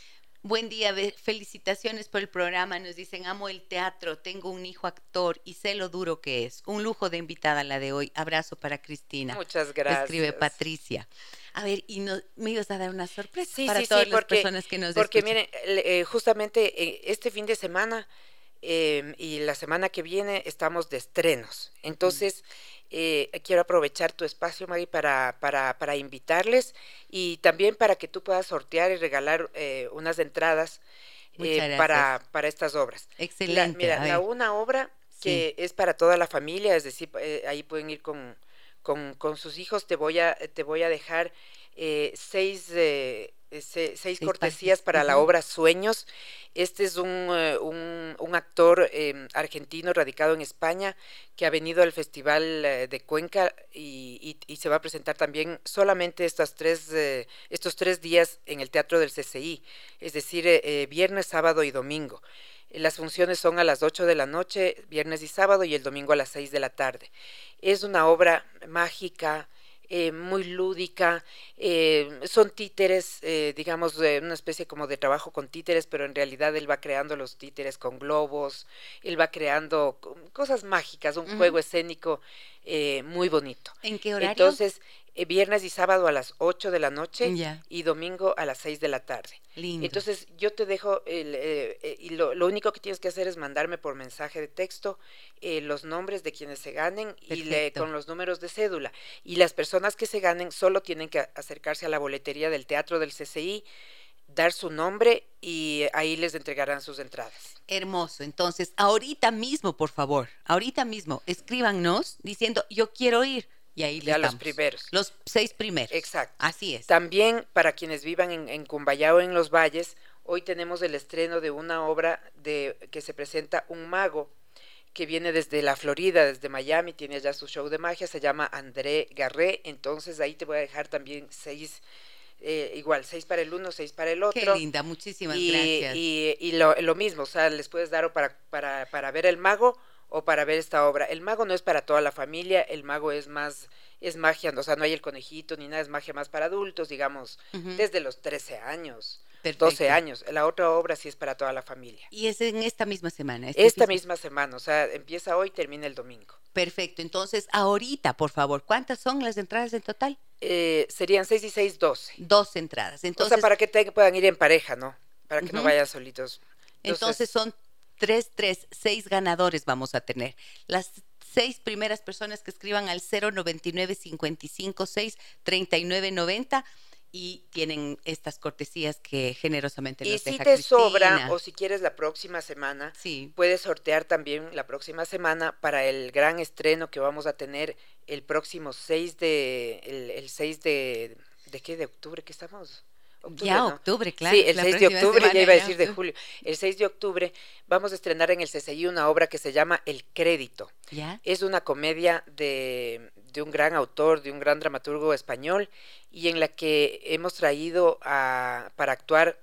B: Buen día, be- felicitaciones por el programa. Nos dicen, amo el teatro, tengo un hijo actor y sé lo duro que es. Un lujo de invitada la de hoy. Abrazo para Cristina.
E: Muchas
B: Escribe
E: gracias.
B: Patricia. A ver, y no, me ibas a dar una sorpresa
E: Sí,
B: para
E: sí,
B: todas
E: sí,
B: las
E: porque,
B: personas que nos
E: porque
B: escuchan.
E: miren, le- eh, justamente eh, este fin de semana eh, y la semana que viene estamos de estrenos. Entonces, eh, quiero aprovechar tu espacio, Mari, para, para, para invitarles y también para que tú puedas sortear y regalar eh, unas entradas
B: Muchas
E: eh,
B: gracias.
E: para, para estas obras. La,
B: Excelente.
E: mira,
B: a
E: la
B: ver.
E: una obra
B: Sí.
E: que es para toda la familia, es decir, eh, ahí pueden ir con, con, con sus hijos. Te voy a, te voy a dejar eh, seis, eh, se- seis
B: Seis
E: cortesías
B: páginas.
E: para la
B: Ujú.
E: obra Sueños. Este es un, eh, un, un actor eh, argentino radicado en España que ha venido al Festival eh, de Cuenca y, y- y se va a presentar también solamente estas tres, eh, estos tres días en el Teatro del C C I, es decir, eh, eh, viernes, sábado y domingo. Las funciones son a las ocho de la noche, viernes y sábado, y el domingo a las seis de la tarde. Es una obra mágica, eh, muy lúdica, eh, son títeres, eh, digamos, eh, una especie como de trabajo con títeres, pero en realidad él va creando los títeres con globos, él va creando co- cosas mágicas, un
B: Ujú.
E: juego escénico eh, muy bonito.
B: ¿En qué horario?
E: Entonces, eh, viernes y sábado a las ocho de la noche
B: Ya,
E: y domingo a las seis de la tarde.
B: lindo.
E: Entonces, yo te dejo, el, eh, eh, y lo, lo único que tienes que hacer es mandarme por mensaje de texto eh, los nombres de quienes se ganen y le,
B: Perfecto.
E: con los números de cédula. Y las personas que se ganen solo tienen que a- acercarse a la boletería del Teatro del C C I, dar su nombre y ahí les entregarán sus entradas.
B: Hermoso. Entonces, ahorita mismo, por favor, ahorita mismo, escríbanos diciendo, yo quiero ir. Y ahí les
E: Ya los
B: damos.
E: primeros.
B: Los seis primeros.
E: Exacto.
B: Así es.
E: También para quienes vivan en, en Cumbayá o en los Valles, hoy tenemos el estreno de una obra de que se presenta un mago que viene desde la Florida, desde Miami, tiene ya su show de magia, se llama André Garré. Entonces ahí te voy a dejar también seis, eh, igual, seis para el uno, seis para el otro.
B: Qué linda, muchísimas
E: y,
B: gracias.
E: Y, y lo, lo mismo, o sea, les puedes dar o para, para, para ver el mago o para ver esta obra. El mago no es para toda la familia, el mago es más, es magia, o sea, no hay el conejito ni nada, es magia más para adultos, digamos,
B: Ujú.
E: desde los trece años,
B: Perfecto.
E: doce años. La otra obra sí es para toda la familia.
B: Y es en esta misma semana. este
E: Esta
B: fin-
E: misma semana, o sea, empieza hoy, termina el domingo.
B: Perfecto. Entonces, ahorita, por favor, ¿cuántas son las entradas en total?
E: Eh, serían seis y seis, doce.
B: Dos entradas. Entonces,
E: o sea, para que te, puedan ir en pareja, ¿no? Para que no
B: Ujú.
E: vayan solitos.
B: entonces son tres, tres, seis ganadores vamos a tener. Las seis primeras personas que escriban al cero noventa y nueve, cincuenta y cinco, seis, treinta y nueve, noventa y tienen estas cortesías que generosamente
E: Y
B: nos
E: si
B: deja
E: te
B: Cristina.
E: sobra, o si quieres la próxima semana,
B: Sí,
E: puedes sortear también la próxima semana para el gran estreno que vamos a tener el próximo seis de, el, el seis de, ¿de qué? ¿De octubre? ¿Qué estamos? Octubre,
B: ya
E: ¿no?
B: octubre, claro.
E: Sí, el
B: la
E: seis de
B: próxima
E: octubre, ya
B: semana
E: iba a
B: ya
E: decir de
B: octubre.
E: julio. El seis de octubre vamos a estrenar en el C C I una obra que se llama El Crédito.
B: ¿Ya?
E: Es una comedia de, de un gran autor, de un gran dramaturgo español, y en la que hemos traído a, para actuar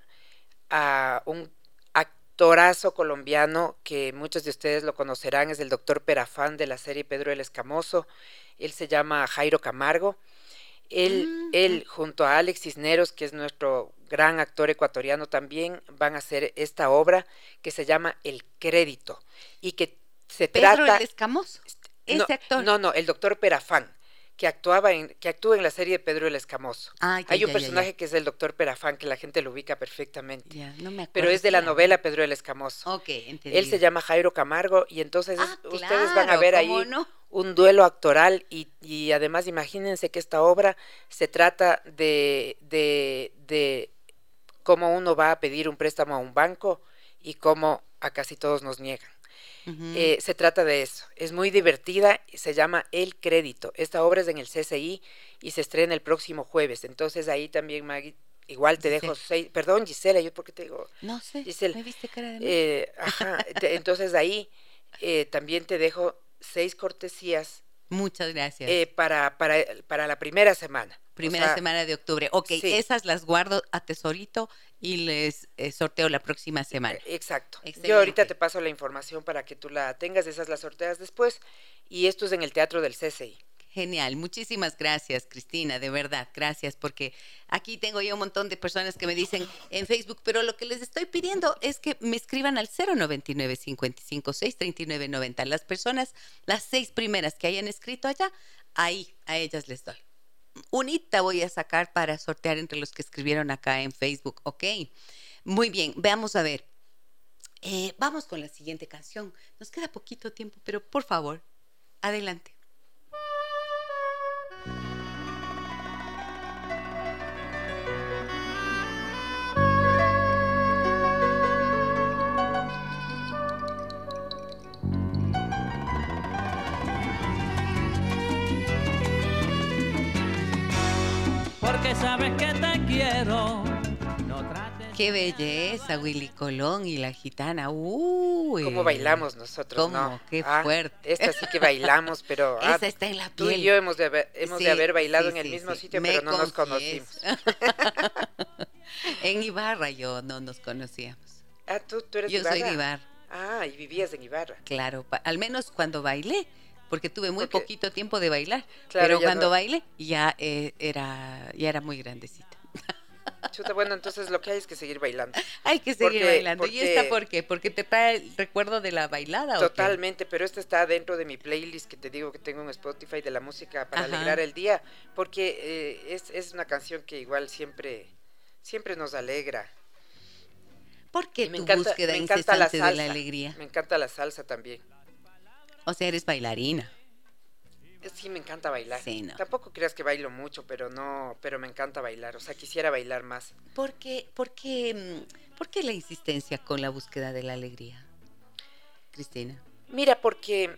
E: a un actorazo colombiano que muchos de ustedes lo conocerán, es el doctor Perafán de la serie Pedro el Escamoso. Él se llama Jairo Camargo. Él,
B: Mm,
E: él junto a Alex Cisneros, que es nuestro gran actor ecuatoriano también, van a hacer esta obra que se llama El Crédito y que se
B: Pedro
E: trata...
B: el Escamoso. Ese
E: no,
B: actor.
E: No, no, el doctor Perafán, que actuaba en, que actúa en la serie de Pedro el Escamoso.
B: Ah, ya,
E: Hay un
B: ya, ya,
E: personaje
B: ya.
E: que es el doctor Perafán, que la gente lo ubica perfectamente,
B: Ya, no me acuerdo.
E: pero es de la
B: quién.
E: novela Pedro el Escamoso.
B: Ok, entendido.
E: Él se llama Jairo Camargo y entonces
B: Ah,
E: es- ustedes van a
B: claro,
E: ver
B: ¿cómo
E: ahí
B: no?
E: un duelo actoral y, y además imagínense que esta obra se trata de, de, de cómo uno va a pedir un préstamo a un banco y cómo a casi todos nos niegan.
B: Ujú.
E: Eh, se trata de eso, es muy divertida, se llama El Crédito. Esta obra es en el C C I y se estrena el próximo jueves. Entonces ahí también, Maggie, igual te dejo
B: Giselle.
E: seis, perdón Gisela, yo porque te digo,
B: No sé,
E: Giselle,
B: ¿me viste cara de mí?
E: eh, ajá, te- entonces ahí eh, también te dejo seis cortesías
B: Muchas gracias.
E: eh, para, para, para la primera semana. O
B: Primera
E: sea,
B: semana de octubre. Ok,
E: sí.
B: esas las guardo a tesorito y les eh, sorteo la próxima semana.
E: eh, Exacto.
B: Excelente.
E: Yo ahorita te paso la información para que tú la tengas, esas las sorteas después. Y esto es en el Teatro del C C I.
B: Genial, muchísimas gracias, Cristina, de verdad, gracias, porque aquí tengo ya un montón de personas que me dicen en Facebook, pero lo que les estoy pidiendo es que me escriban al cero noventa y nueve, cincuenta y cinco, seis treinta y nueve noventa. Las personas, las seis primeras que hayan escrito allá, ahí a ellas les doy. Unita voy a sacar para sortear entre los que escribieron acá en Facebook, ¿ok? Muy bien, veamos a ver. Eh, vamos con la siguiente canción. Nos queda poquito tiempo, pero por favor, adelante.
G: Porque sabes que te quiero. No trates.
B: Qué belleza, Willy Colón y la gitana. Uy.
E: ¿Cómo bailamos nosotros?
B: ¿Cómo?
E: No.
B: Qué
E: Ah,
B: fuerte.
E: Esta sí que bailamos, pero ah,
B: Esa está en la
E: tú
B: piel.
E: y yo hemos de haber, hemos
B: Sí,
E: de haber bailado
B: sí,
E: en el
B: sí,
E: mismo
B: sí.
E: sitio,
B: Me
E: pero no nos
B: confieso.
E: conocimos.
B: En Ibarra yo no nos conocíamos.
E: Ah, tú, tú eres
B: Yo
E: Ibarra.
B: soy de Ibarra,
E: Ah, y vivías en Ibarra.
B: claro. pa- Al menos cuando bailé, porque tuve muy
E: Porque-
B: poquito tiempo de bailar.
E: Claro,
B: pero
E: ya
B: cuando
E: no-
B: bailé ya eh, era, ya era muy grandecita.
E: Chuta, bueno, entonces lo que hay es que seguir bailando.
B: Hay que seguir
E: Porque-
B: bailando. ¿Y
E: porque-
B: esta por qué? ¿Porque te trae el recuerdo de la bailada? ¿o qué?
E: Totalmente, pero esta está dentro de mi playlist que te digo que tengo en Spotify de la música para
B: Ajá.
E: alegrar el día, porque eh, es, es una canción que igual siempre, siempre nos alegra.
B: ¿Por qué
E: Y me
B: tu
E: encanta-
B: búsqueda
E: me encanta la
B: incesante de la
E: salsa.
B: alegría?
E: Me encanta la salsa también.
B: O sea, eres bailarina.
E: Eh, Sí, me encanta bailar.
B: Sí, no.
E: Tampoco creas que bailo mucho, pero no, pero me encanta bailar. O sea, quisiera bailar más.
B: ¿Por qué, por qué, mm, por qué la insistencia con la búsqueda de la alegría, Cristina?
E: Mira, porque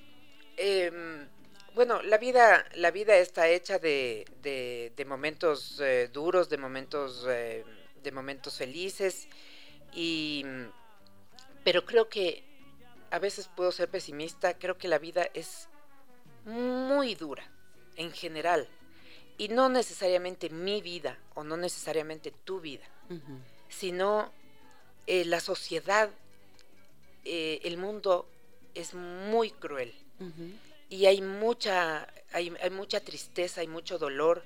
E: em, bueno, la vida, la vida está hecha de, de, de momentos eh, duros, de momentos, eh, de momentos felices, y pero creo que a veces puedo ser pesimista. Creo que la vida es muy dura en general, y no necesariamente mi vida o no necesariamente tu vida,
B: Ujú.
E: sino eh, la sociedad, eh, el mundo es muy cruel.
B: Ujú.
E: Y hay mucha, hay, hay mucha tristeza, hay mucho dolor.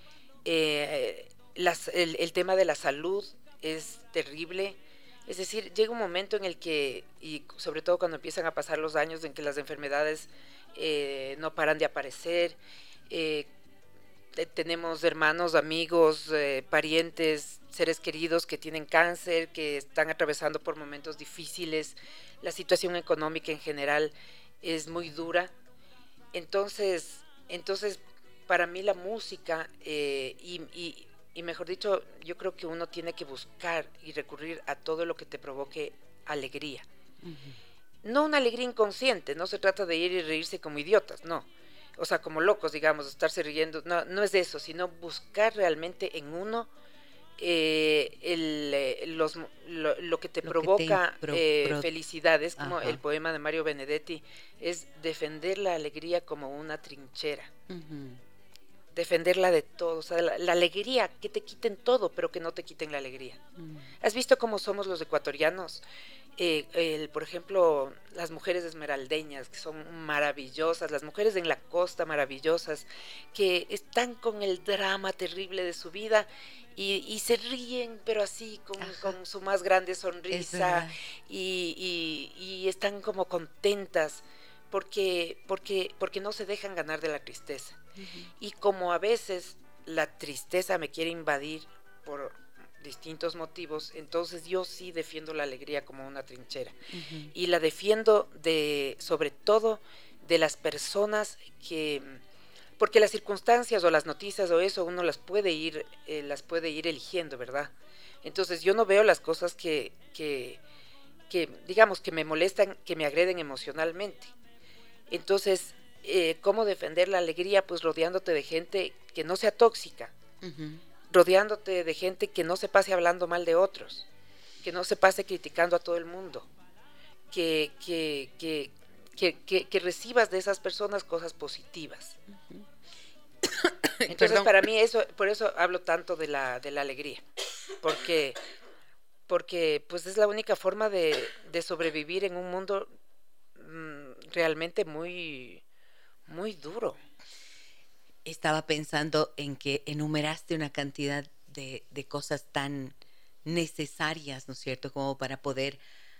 E: Eh, las, el, el tema de la salud es terrible. Es decir, llega un momento en el que, y sobre todo cuando empiezan a pasar los años, en que las enfermedades eh, no paran de aparecer. Eh, te- tenemos hermanos, amigos, eh, parientes, seres queridos que tienen cáncer, que están atravesando por momentos difíciles. La situación económica en general es muy dura. Entonces, entonces para mí la música, eh, y, y, y mejor dicho, yo creo que uno tiene que buscar y recurrir a todo lo que te provoque alegría.
B: Ujú.
E: No una alegría inconsciente, no se trata de ir y reírse como idiotas, no. O sea, como locos, digamos, estarse riendo, no, no es de eso, sino buscar realmente en uno eh, el, eh, los, lo, lo que te
B: Lo que te
E: provoca
B: pro-
E: eh,
B: pro-
E: felicidades, como
B: Ajá.
E: el poema de Mario Benedetti, es defender la alegría como una trinchera,
B: Ujú.
E: defenderla de todo, o sea, la, la alegría, que te quiten todo, pero que no te quiten la alegría.
B: Mm.
E: ¿Has visto cómo somos los ecuatorianos? Eh, el, por ejemplo, las mujeres esmeraldeñas, que son maravillosas, las mujeres en la costa maravillosas, que están con el drama terrible de su vida y, y se ríen, pero así, con, con su más grande
B: Es
E: sonrisa,
B: verdad.
E: y, y, y están como contentas, porque, porque, porque no se dejan ganar de la tristeza.
B: Ujú.
E: Y como a veces la tristeza me quiere invadir por distintos motivos, entonces yo sí defiendo la alegría como una trinchera.
B: Ujú.
E: Y la defiendo de, sobre todo, de las personas que, porque las circunstancias o las noticias o eso uno las puede ir, eh, las puede ir eligiendo, ¿verdad? Entonces yo no veo las cosas que, que, que, digamos, que me molestan, que me agreden emocionalmente. Entonces, eh, ¿cómo defender la alegría? Pues rodeándote de gente que no sea tóxica,
B: Ujú.
E: rodeándote de gente que no se pase hablando mal de otros, que no se pase criticando a todo el mundo, que, que, que, que, que, que recibas de esas personas cosas positivas. Entonces,
B: Perdón.
E: para mí eso, por eso hablo tanto de la, de la alegría, porque, porque pues es la única forma de, de sobrevivir en un mundo mm, realmente muy, muy duro.
B: estaba pensando en que enumeraste una cantidad de, de cosas tan necesarias, ¿no es cierto?, como para poder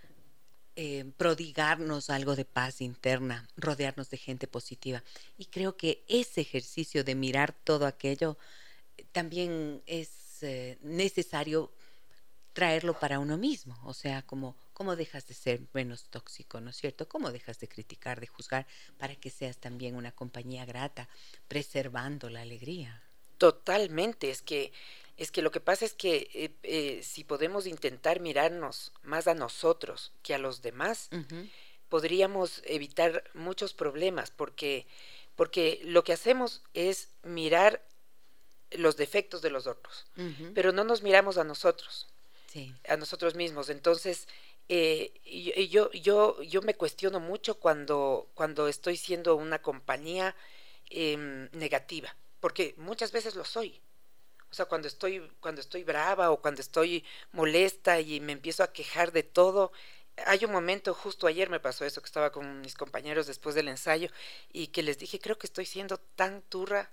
B: eh, prodigarnos algo de paz interna, rodearnos de gente positiva. Y creo que ese ejercicio de mirar todo aquello eh, también es eh, necesario traerlo para uno mismo, o sea, como cómo dejas de ser menos tóxico, ¿no es cierto? ¿Cómo dejas de criticar, de juzgar, para que seas también una compañía grata, preservando la alegría?
E: Totalmente, es que es que lo que pasa es que eh, eh, si podemos intentar mirarnos más a nosotros que a los demás,
B: Ujú.
E: podríamos evitar muchos problemas, porque porque lo que hacemos es mirar los defectos de los otros,
B: Ujú.
E: pero no nos miramos a nosotros,
B: Sí.
E: a nosotros mismos. Entonces, eh, y- y yo, yo, yo me cuestiono mucho cuando, cuando estoy siendo una compañía em, negativa, porque muchas veces lo soy. O sea, cuando estoy, cuando estoy brava o cuando estoy molesta y me empiezo a quejar de todo. Hay un momento, justo ayer me pasó eso, que estaba con mis compañeros después del ensayo y que les dije, creo que estoy siendo tan turra.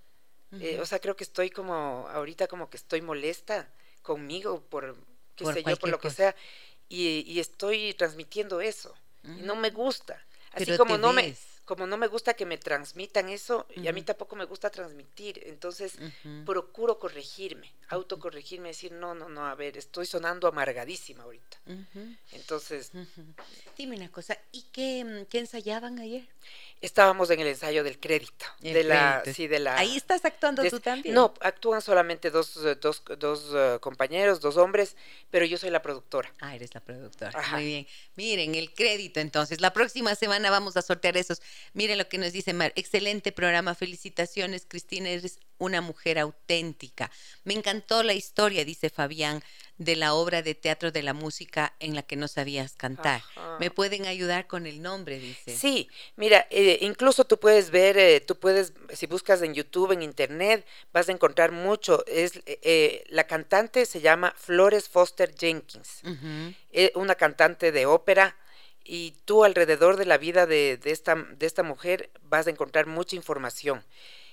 E: Eh,
B: Ujú.
E: o sea, creo que estoy como, ahorita como que estoy molesta conmigo por, qué
B: Por
E: sé yo, por
B: cualquier
E: lo que
B: cosa.
E: sea, y, y estoy transmitiendo eso, y no me
B: Ujú.
E: gusta. Así
B: Pero
E: como
B: te
E: no me,
B: ves.
E: como no me gusta que me transmitan eso, y a mí
B: Ujú.
E: tampoco me gusta transmitir, entonces
B: Ujú.
E: procuro corregirme, autocorregirme, decir, no, no, no, a ver, estoy sonando amargadísima ahorita.
B: Ujú.
E: Entonces,
B: Ujú. Dime una cosa, ¿y qué, mm, qué ensayaban ayer?
E: estábamos en el ensayo del crédito,
B: El
E: de la,
B: crédito.
E: sí, de la,
B: Ahí estás actuando
E: de
B: tú
E: es-
B: también.
E: no, actúan solamente dos, eh, dos, dos eh, compañeros, dos hombres, pero yo soy la productora.
B: Ah, eres la productora.
E: Ajá.
B: Muy bien. Miren, el crédito entonces. La próxima semana vamos a sortear esos. Miren lo que nos dice Mar. Excelente programa. Felicitaciones, Cristina. Eres una mujer auténtica. Me encantó la historia, dice Fabián, de la obra de teatro de la música en la que no sabías cantar.
E: Ajá.
B: ¿Me pueden ayudar con el nombre? Dice.
E: Sí, mira, eh, incluso tú puedes ver, eh, tú puedes, si buscas en YouTube, en Internet, vas a encontrar mucho. Es eh, eh, la cantante se llama Flores Foster Jenkins,
B: Ujú.
E: eh, una cantante de ópera, y tú alrededor de la vida de, de esta de esta mujer vas a encontrar mucha información.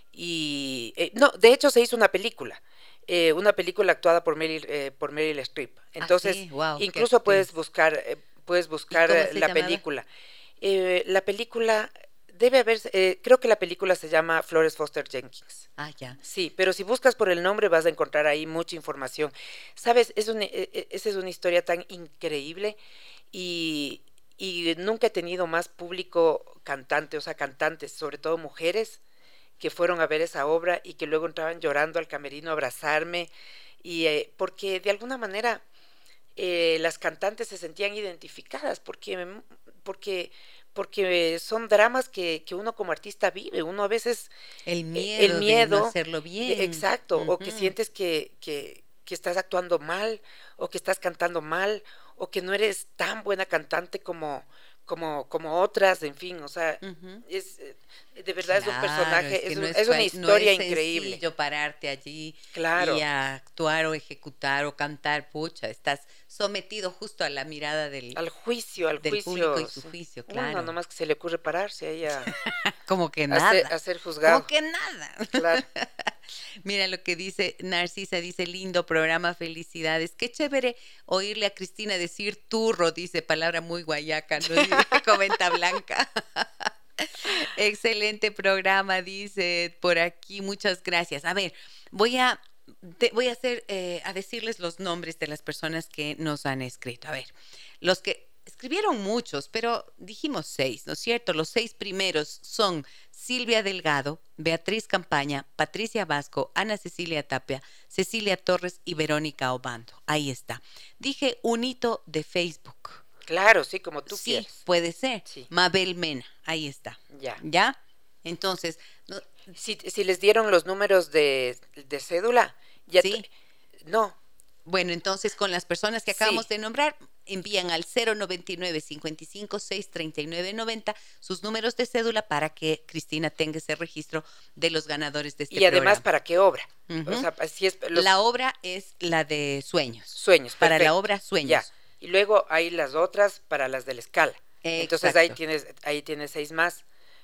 E: Y eh, no, de hecho se hizo una película, eh, una película actuada por Meryl, eh, por Meryl Streep.
B: Ah,
E: Entonces,
B: sí, wow, qué
E: incluso puedes
B: actriz.
E: buscar, eh, puedes
B: ¿Y
E: buscar
B: cómo
E: eh,
B: se
E: la
B: llamaba?
E: película. Eh, la película debe haber, eh, creo que la película se llama Flores Foster Jenkins.
B: Ah, ya.
E: Sí, pero si buscas por el nombre vas a encontrar ahí mucha información. Sabes, es una, eh, eh, esa es una historia tan increíble y, y nunca he tenido más público cantante, o sea, cantantes, sobre todo mujeres, que fueron a ver esa obra y que luego entraban llorando al camerino a abrazarme, y eh, porque de alguna manera eh, las cantantes se sentían identificadas, porque, porque, porque son dramas que, que uno como artista vive, uno a veces
B: El
E: eh,
B: miedo,
E: el
B: de no
E: miedo,
B: hacerlo
E: de-
B: bien.
E: exacto, o que
B: Ujú.
E: sientes que, que, que estás actuando mal, o que estás cantando mal, o que no eres tan buena cantante como, como, como otras, en fin, o sea,
B: Ujú.
E: es eh, de verdad es un
B: Claro,
E: personaje,
B: es que
E: es,
B: no
E: un-
B: es,
E: es una
B: cual- no
E: historia
B: es
E: increíble.
B: sencillo pararte allí y
E: Claro,
B: a actuar o ejecutar o cantar, pucha, estás sometido justo a la mirada del,
E: al juicio, al
B: del público y
E: juicio.
B: su juicio,
E: Uno
B: claro.
E: nomás que se le ocurre pararse ahí a,
B: Como que
E: a ser,
B: nada,
E: a ser juzgado.
B: como que nada.
E: Claro.
B: Mira lo que dice Narcisa, dice lindo programa, felicidades. Qué chévere oírle a Cristina decir turro, dice, palabra muy guayaca, ¿no? Comenta Blanca. Excelente programa, dice por aquí, muchas gracias. A ver, voy a, te- voy a hacer, eh, a decirles los nombres de las personas que nos han escrito. A ver, los que escribieron muchos, pero dijimos seis, ¿no es cierto? Los seis primeros son Silvia Delgado, Beatriz Campaña, Patricia Vasco, Ana Cecilia Tapia, Cecilia Torres y Verónica Obando. Ahí está. Dije un hito de Facebook.
E: Claro, sí, como tú
B: Sí,
E: quieres.
B: puede ser.
E: Sí.
B: Mabel Mena, ahí está.
E: Ya.
B: ¿Ya? Entonces, no-
E: Si, si les dieron los números de, de cédula, ya
B: Sí.
E: te- no,
B: bueno, entonces con las personas que acabamos
E: Sí.
B: de nombrar, envían al cero noventa y nueve, cincuenta y cinco, seis, treinta y nueve, noventa sus números de cédula para que Cristina tenga ese registro de los ganadores de este
E: y además
B: programa.
E: para qué obra.
B: Ujú.
E: O sea, si es los
B: La obra es la de Sueños.
E: sueños.
B: Para la
E: perfecto.
B: obra Sueños.
E: Ya. Y luego hay las otras para las de la escala. Entonces ahí
B: Exacto.
E: tienes, ahí tienes seis más.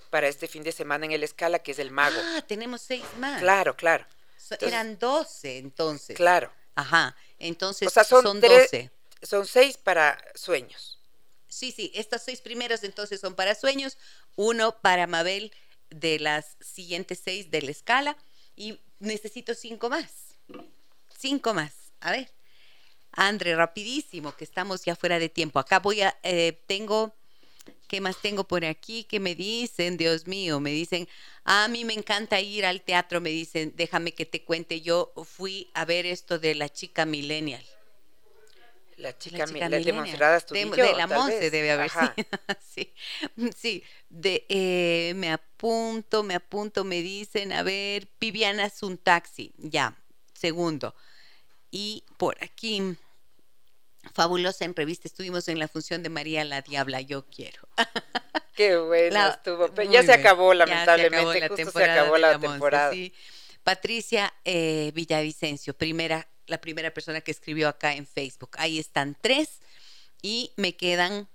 E: para este fin de semana en el Scala, que es el Mago.
B: Ah, tenemos seis más.
E: Claro, claro.
B: So,
E: Entonces,
B: eran doce, entonces.
E: Claro.
B: Ajá, entonces
E: O sea, son,
B: son
E: tres-
B: doce.
E: Son seis para sueños.
B: Sí, sí, estas seis primeras entonces son para sueños, uno para Mabel de las siguientes seis de la escala y necesito cinco más. Cinco más. A ver. Andre, rapidísimo, que estamos ya fuera de tiempo. Acá voy a, eh, tengo, ¿qué más tengo por aquí? ¿Qué me dicen? Dios mío, me dicen, a mí me encanta ir al teatro, me dicen, déjame que te cuente, yo fui a ver esto de la chica millennial.
E: La chica,
B: La
E: mi-
B: chica
E: la de
B: millennial.
E: Monserrat
B: de,
E: Astudillo,
B: de la
E: tal
B: Monse
E: vez.
B: debe haber
E: Ajá.
B: sí. sí, sí. De, eh, me apunto, me apunto, me dicen, a ver, Viviana es un taxi, ya, segundo. Y por aquí, fabulosa entrevista, estuvimos en la función de María la Diabla, yo quiero.
E: Qué bueno
B: La-
E: estuvo. Pero
B: muy
E: ya se
B: bien.
E: acabó,
B: Ya se
E: lamentablemente.
B: acabó la
E: Justo se
B: temporada
E: acabó
B: de
E: la,
B: la Monse,
E: temporada.
B: sí. Patricia eh, Villavicencio, primera, la primera persona que escribió acá en Facebook. Ahí están tres y me quedan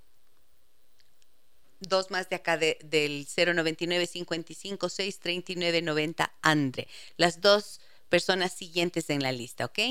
B: dos más de acá de, del cero noventa y nueve, cincuenta y cinco, seis, treinta y nueve, noventa, Andre. Las dos personas siguientes en la lista, ¿ok?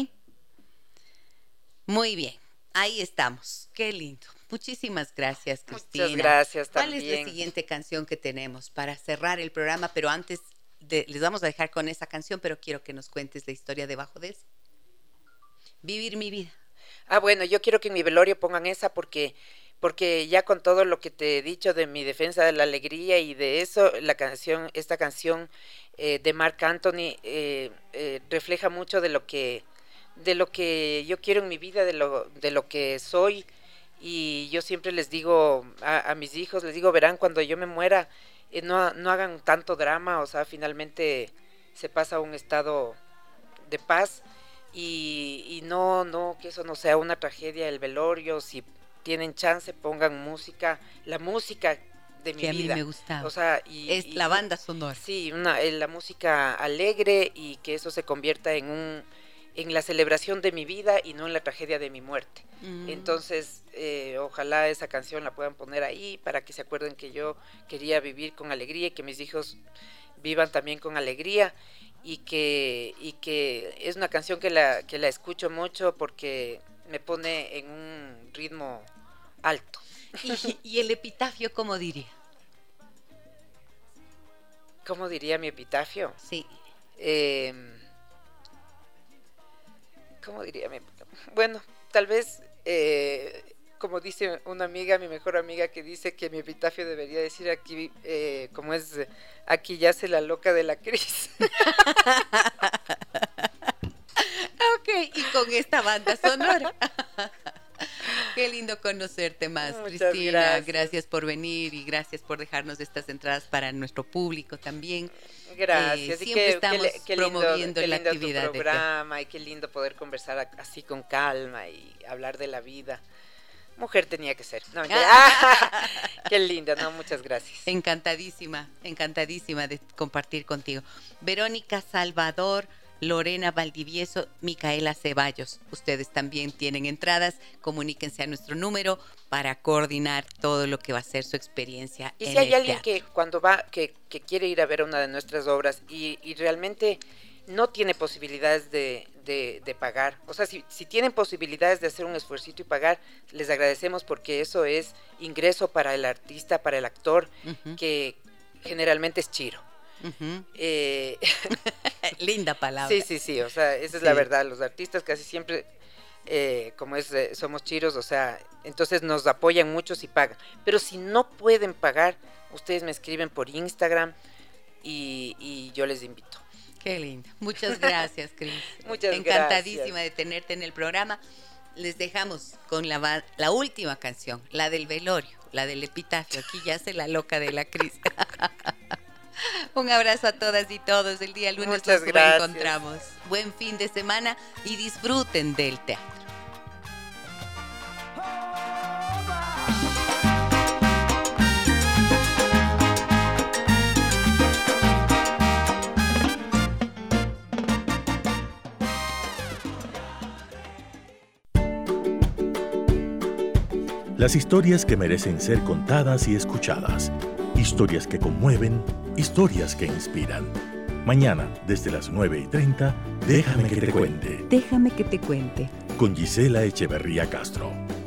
B: Muy bien, ahí estamos. Qué lindo. Muchísimas gracias, Cristina.
E: Muchas gracias
B: ¿Cuál
E: también.
B: es la siguiente canción que tenemos para cerrar el programa? Pero antes de, les vamos a dejar con esa canción, pero quiero que nos cuentes la historia debajo de eso. Vivir mi vida.
E: Ah, bueno, yo quiero que en mi velorio pongan esa porque porque ya con todo lo que te he dicho de mi defensa de la alegría y de eso, la canción, esta canción eh, de Marc Anthony eh, eh, refleja mucho de lo que de lo que yo quiero en mi vida, de lo de lo que soy. Y yo siempre les digo a, a mis hijos, les digo, verán, cuando yo me muera, eh, no, no hagan tanto drama, o sea, finalmente se pasa a un estado de paz y, y no, no, que eso no sea una tragedia el velorio. Si tienen chance, pongan música, la música de mi
B: Que a mí
E: vida.
B: me gustaba.
E: O sea, y,
B: Es
E: y-
B: la banda sonora.
E: Sí, una, eh, la música alegre y que eso se convierta en un en la celebración de mi vida y no en la tragedia de mi muerte.
B: Mm.
E: Entonces, eh, ojalá esa canción la puedan poner ahí para que se acuerden que yo quería vivir con alegría y que mis hijos vivan también con alegría y que y que es una canción que la que la escucho mucho porque me pone en un ritmo alto.
B: ¿Y, y el epitafio cómo diría?
E: ¿Cómo diría mi epitafio?
B: Sí.
E: Eh, ¿Cómo diría mi epitafio? Bueno, tal vez, eh, como dice una amiga, mi mejor amiga, que dice que mi epitafio debería decir aquí, eh, como es, eh, aquí yace la loca de la Cris.
B: Ok, y con esta banda sonora. Qué lindo conocerte más,
E: Muchas
B: Cristina.
E: gracias.
B: Gracias por venir y gracias por dejarnos estas entradas para nuestro público también.
E: Gracias.
B: Eh,
E: y
B: siempre
E: qué,
B: estamos
E: qué, qué lindo,
B: promoviendo
E: qué
B: la
E: lindo
B: actividad de
E: tu programa y qué lindo poder conversar a- así con calma y hablar de la vida. Mujer tenía que ser. No, mentira. Qué linda, no, muchas gracias.
B: Encantadísima, encantadísima de compartir contigo. Verónica Salvador, Lorena Valdivieso, Micaela Ceballos. Ustedes también tienen entradas. Comuníquense a nuestro número para coordinar todo lo que va a ser su experiencia
E: Y
B: en
E: si hay
B: el
E: alguien
B: teatro.
E: que cuando va, que, que quiere ir a ver una de nuestras obras y, y realmente no tiene posibilidades de, de, de pagar, o sea, si, si tienen posibilidades de hacer un esfuercito y pagar, les agradecemos porque eso es ingreso para el artista, para el actor,
B: Ujú,
E: que generalmente es chiro.
B: ujú.
E: Eh,
B: Linda palabra.
E: sí, sí, sí, o sea, esa es
B: Sí.
E: la verdad, los artistas casi siempre, eh, como es, eh, somos chiros, o sea, entonces nos apoyan mucho si pagan, pero si no pueden pagar, ustedes me escriben por Instagram y, y yo les invito.
B: Qué lindo. Muchas gracias, Cris.
E: Muchas
B: Encantadísima
E: gracias.
B: de tenerte en el programa. Les dejamos con la, va- la última canción, la del velorio, la del epitafio. Aquí ya se la loca de la Cris. Un abrazo a todas y todos. El día lunes
E: Muchas
B: nos
E: gracias.
B: reencontramos. Buen fin de semana y disfruten del teatro.
A: Las historias que merecen ser contadas y escuchadas. Historias que conmueven, historias que inspiran. Mañana, desde las nueve y treinta, déjame que te cuente.
B: Déjame que te cuente.
A: Con Gisela Echeverría Castro.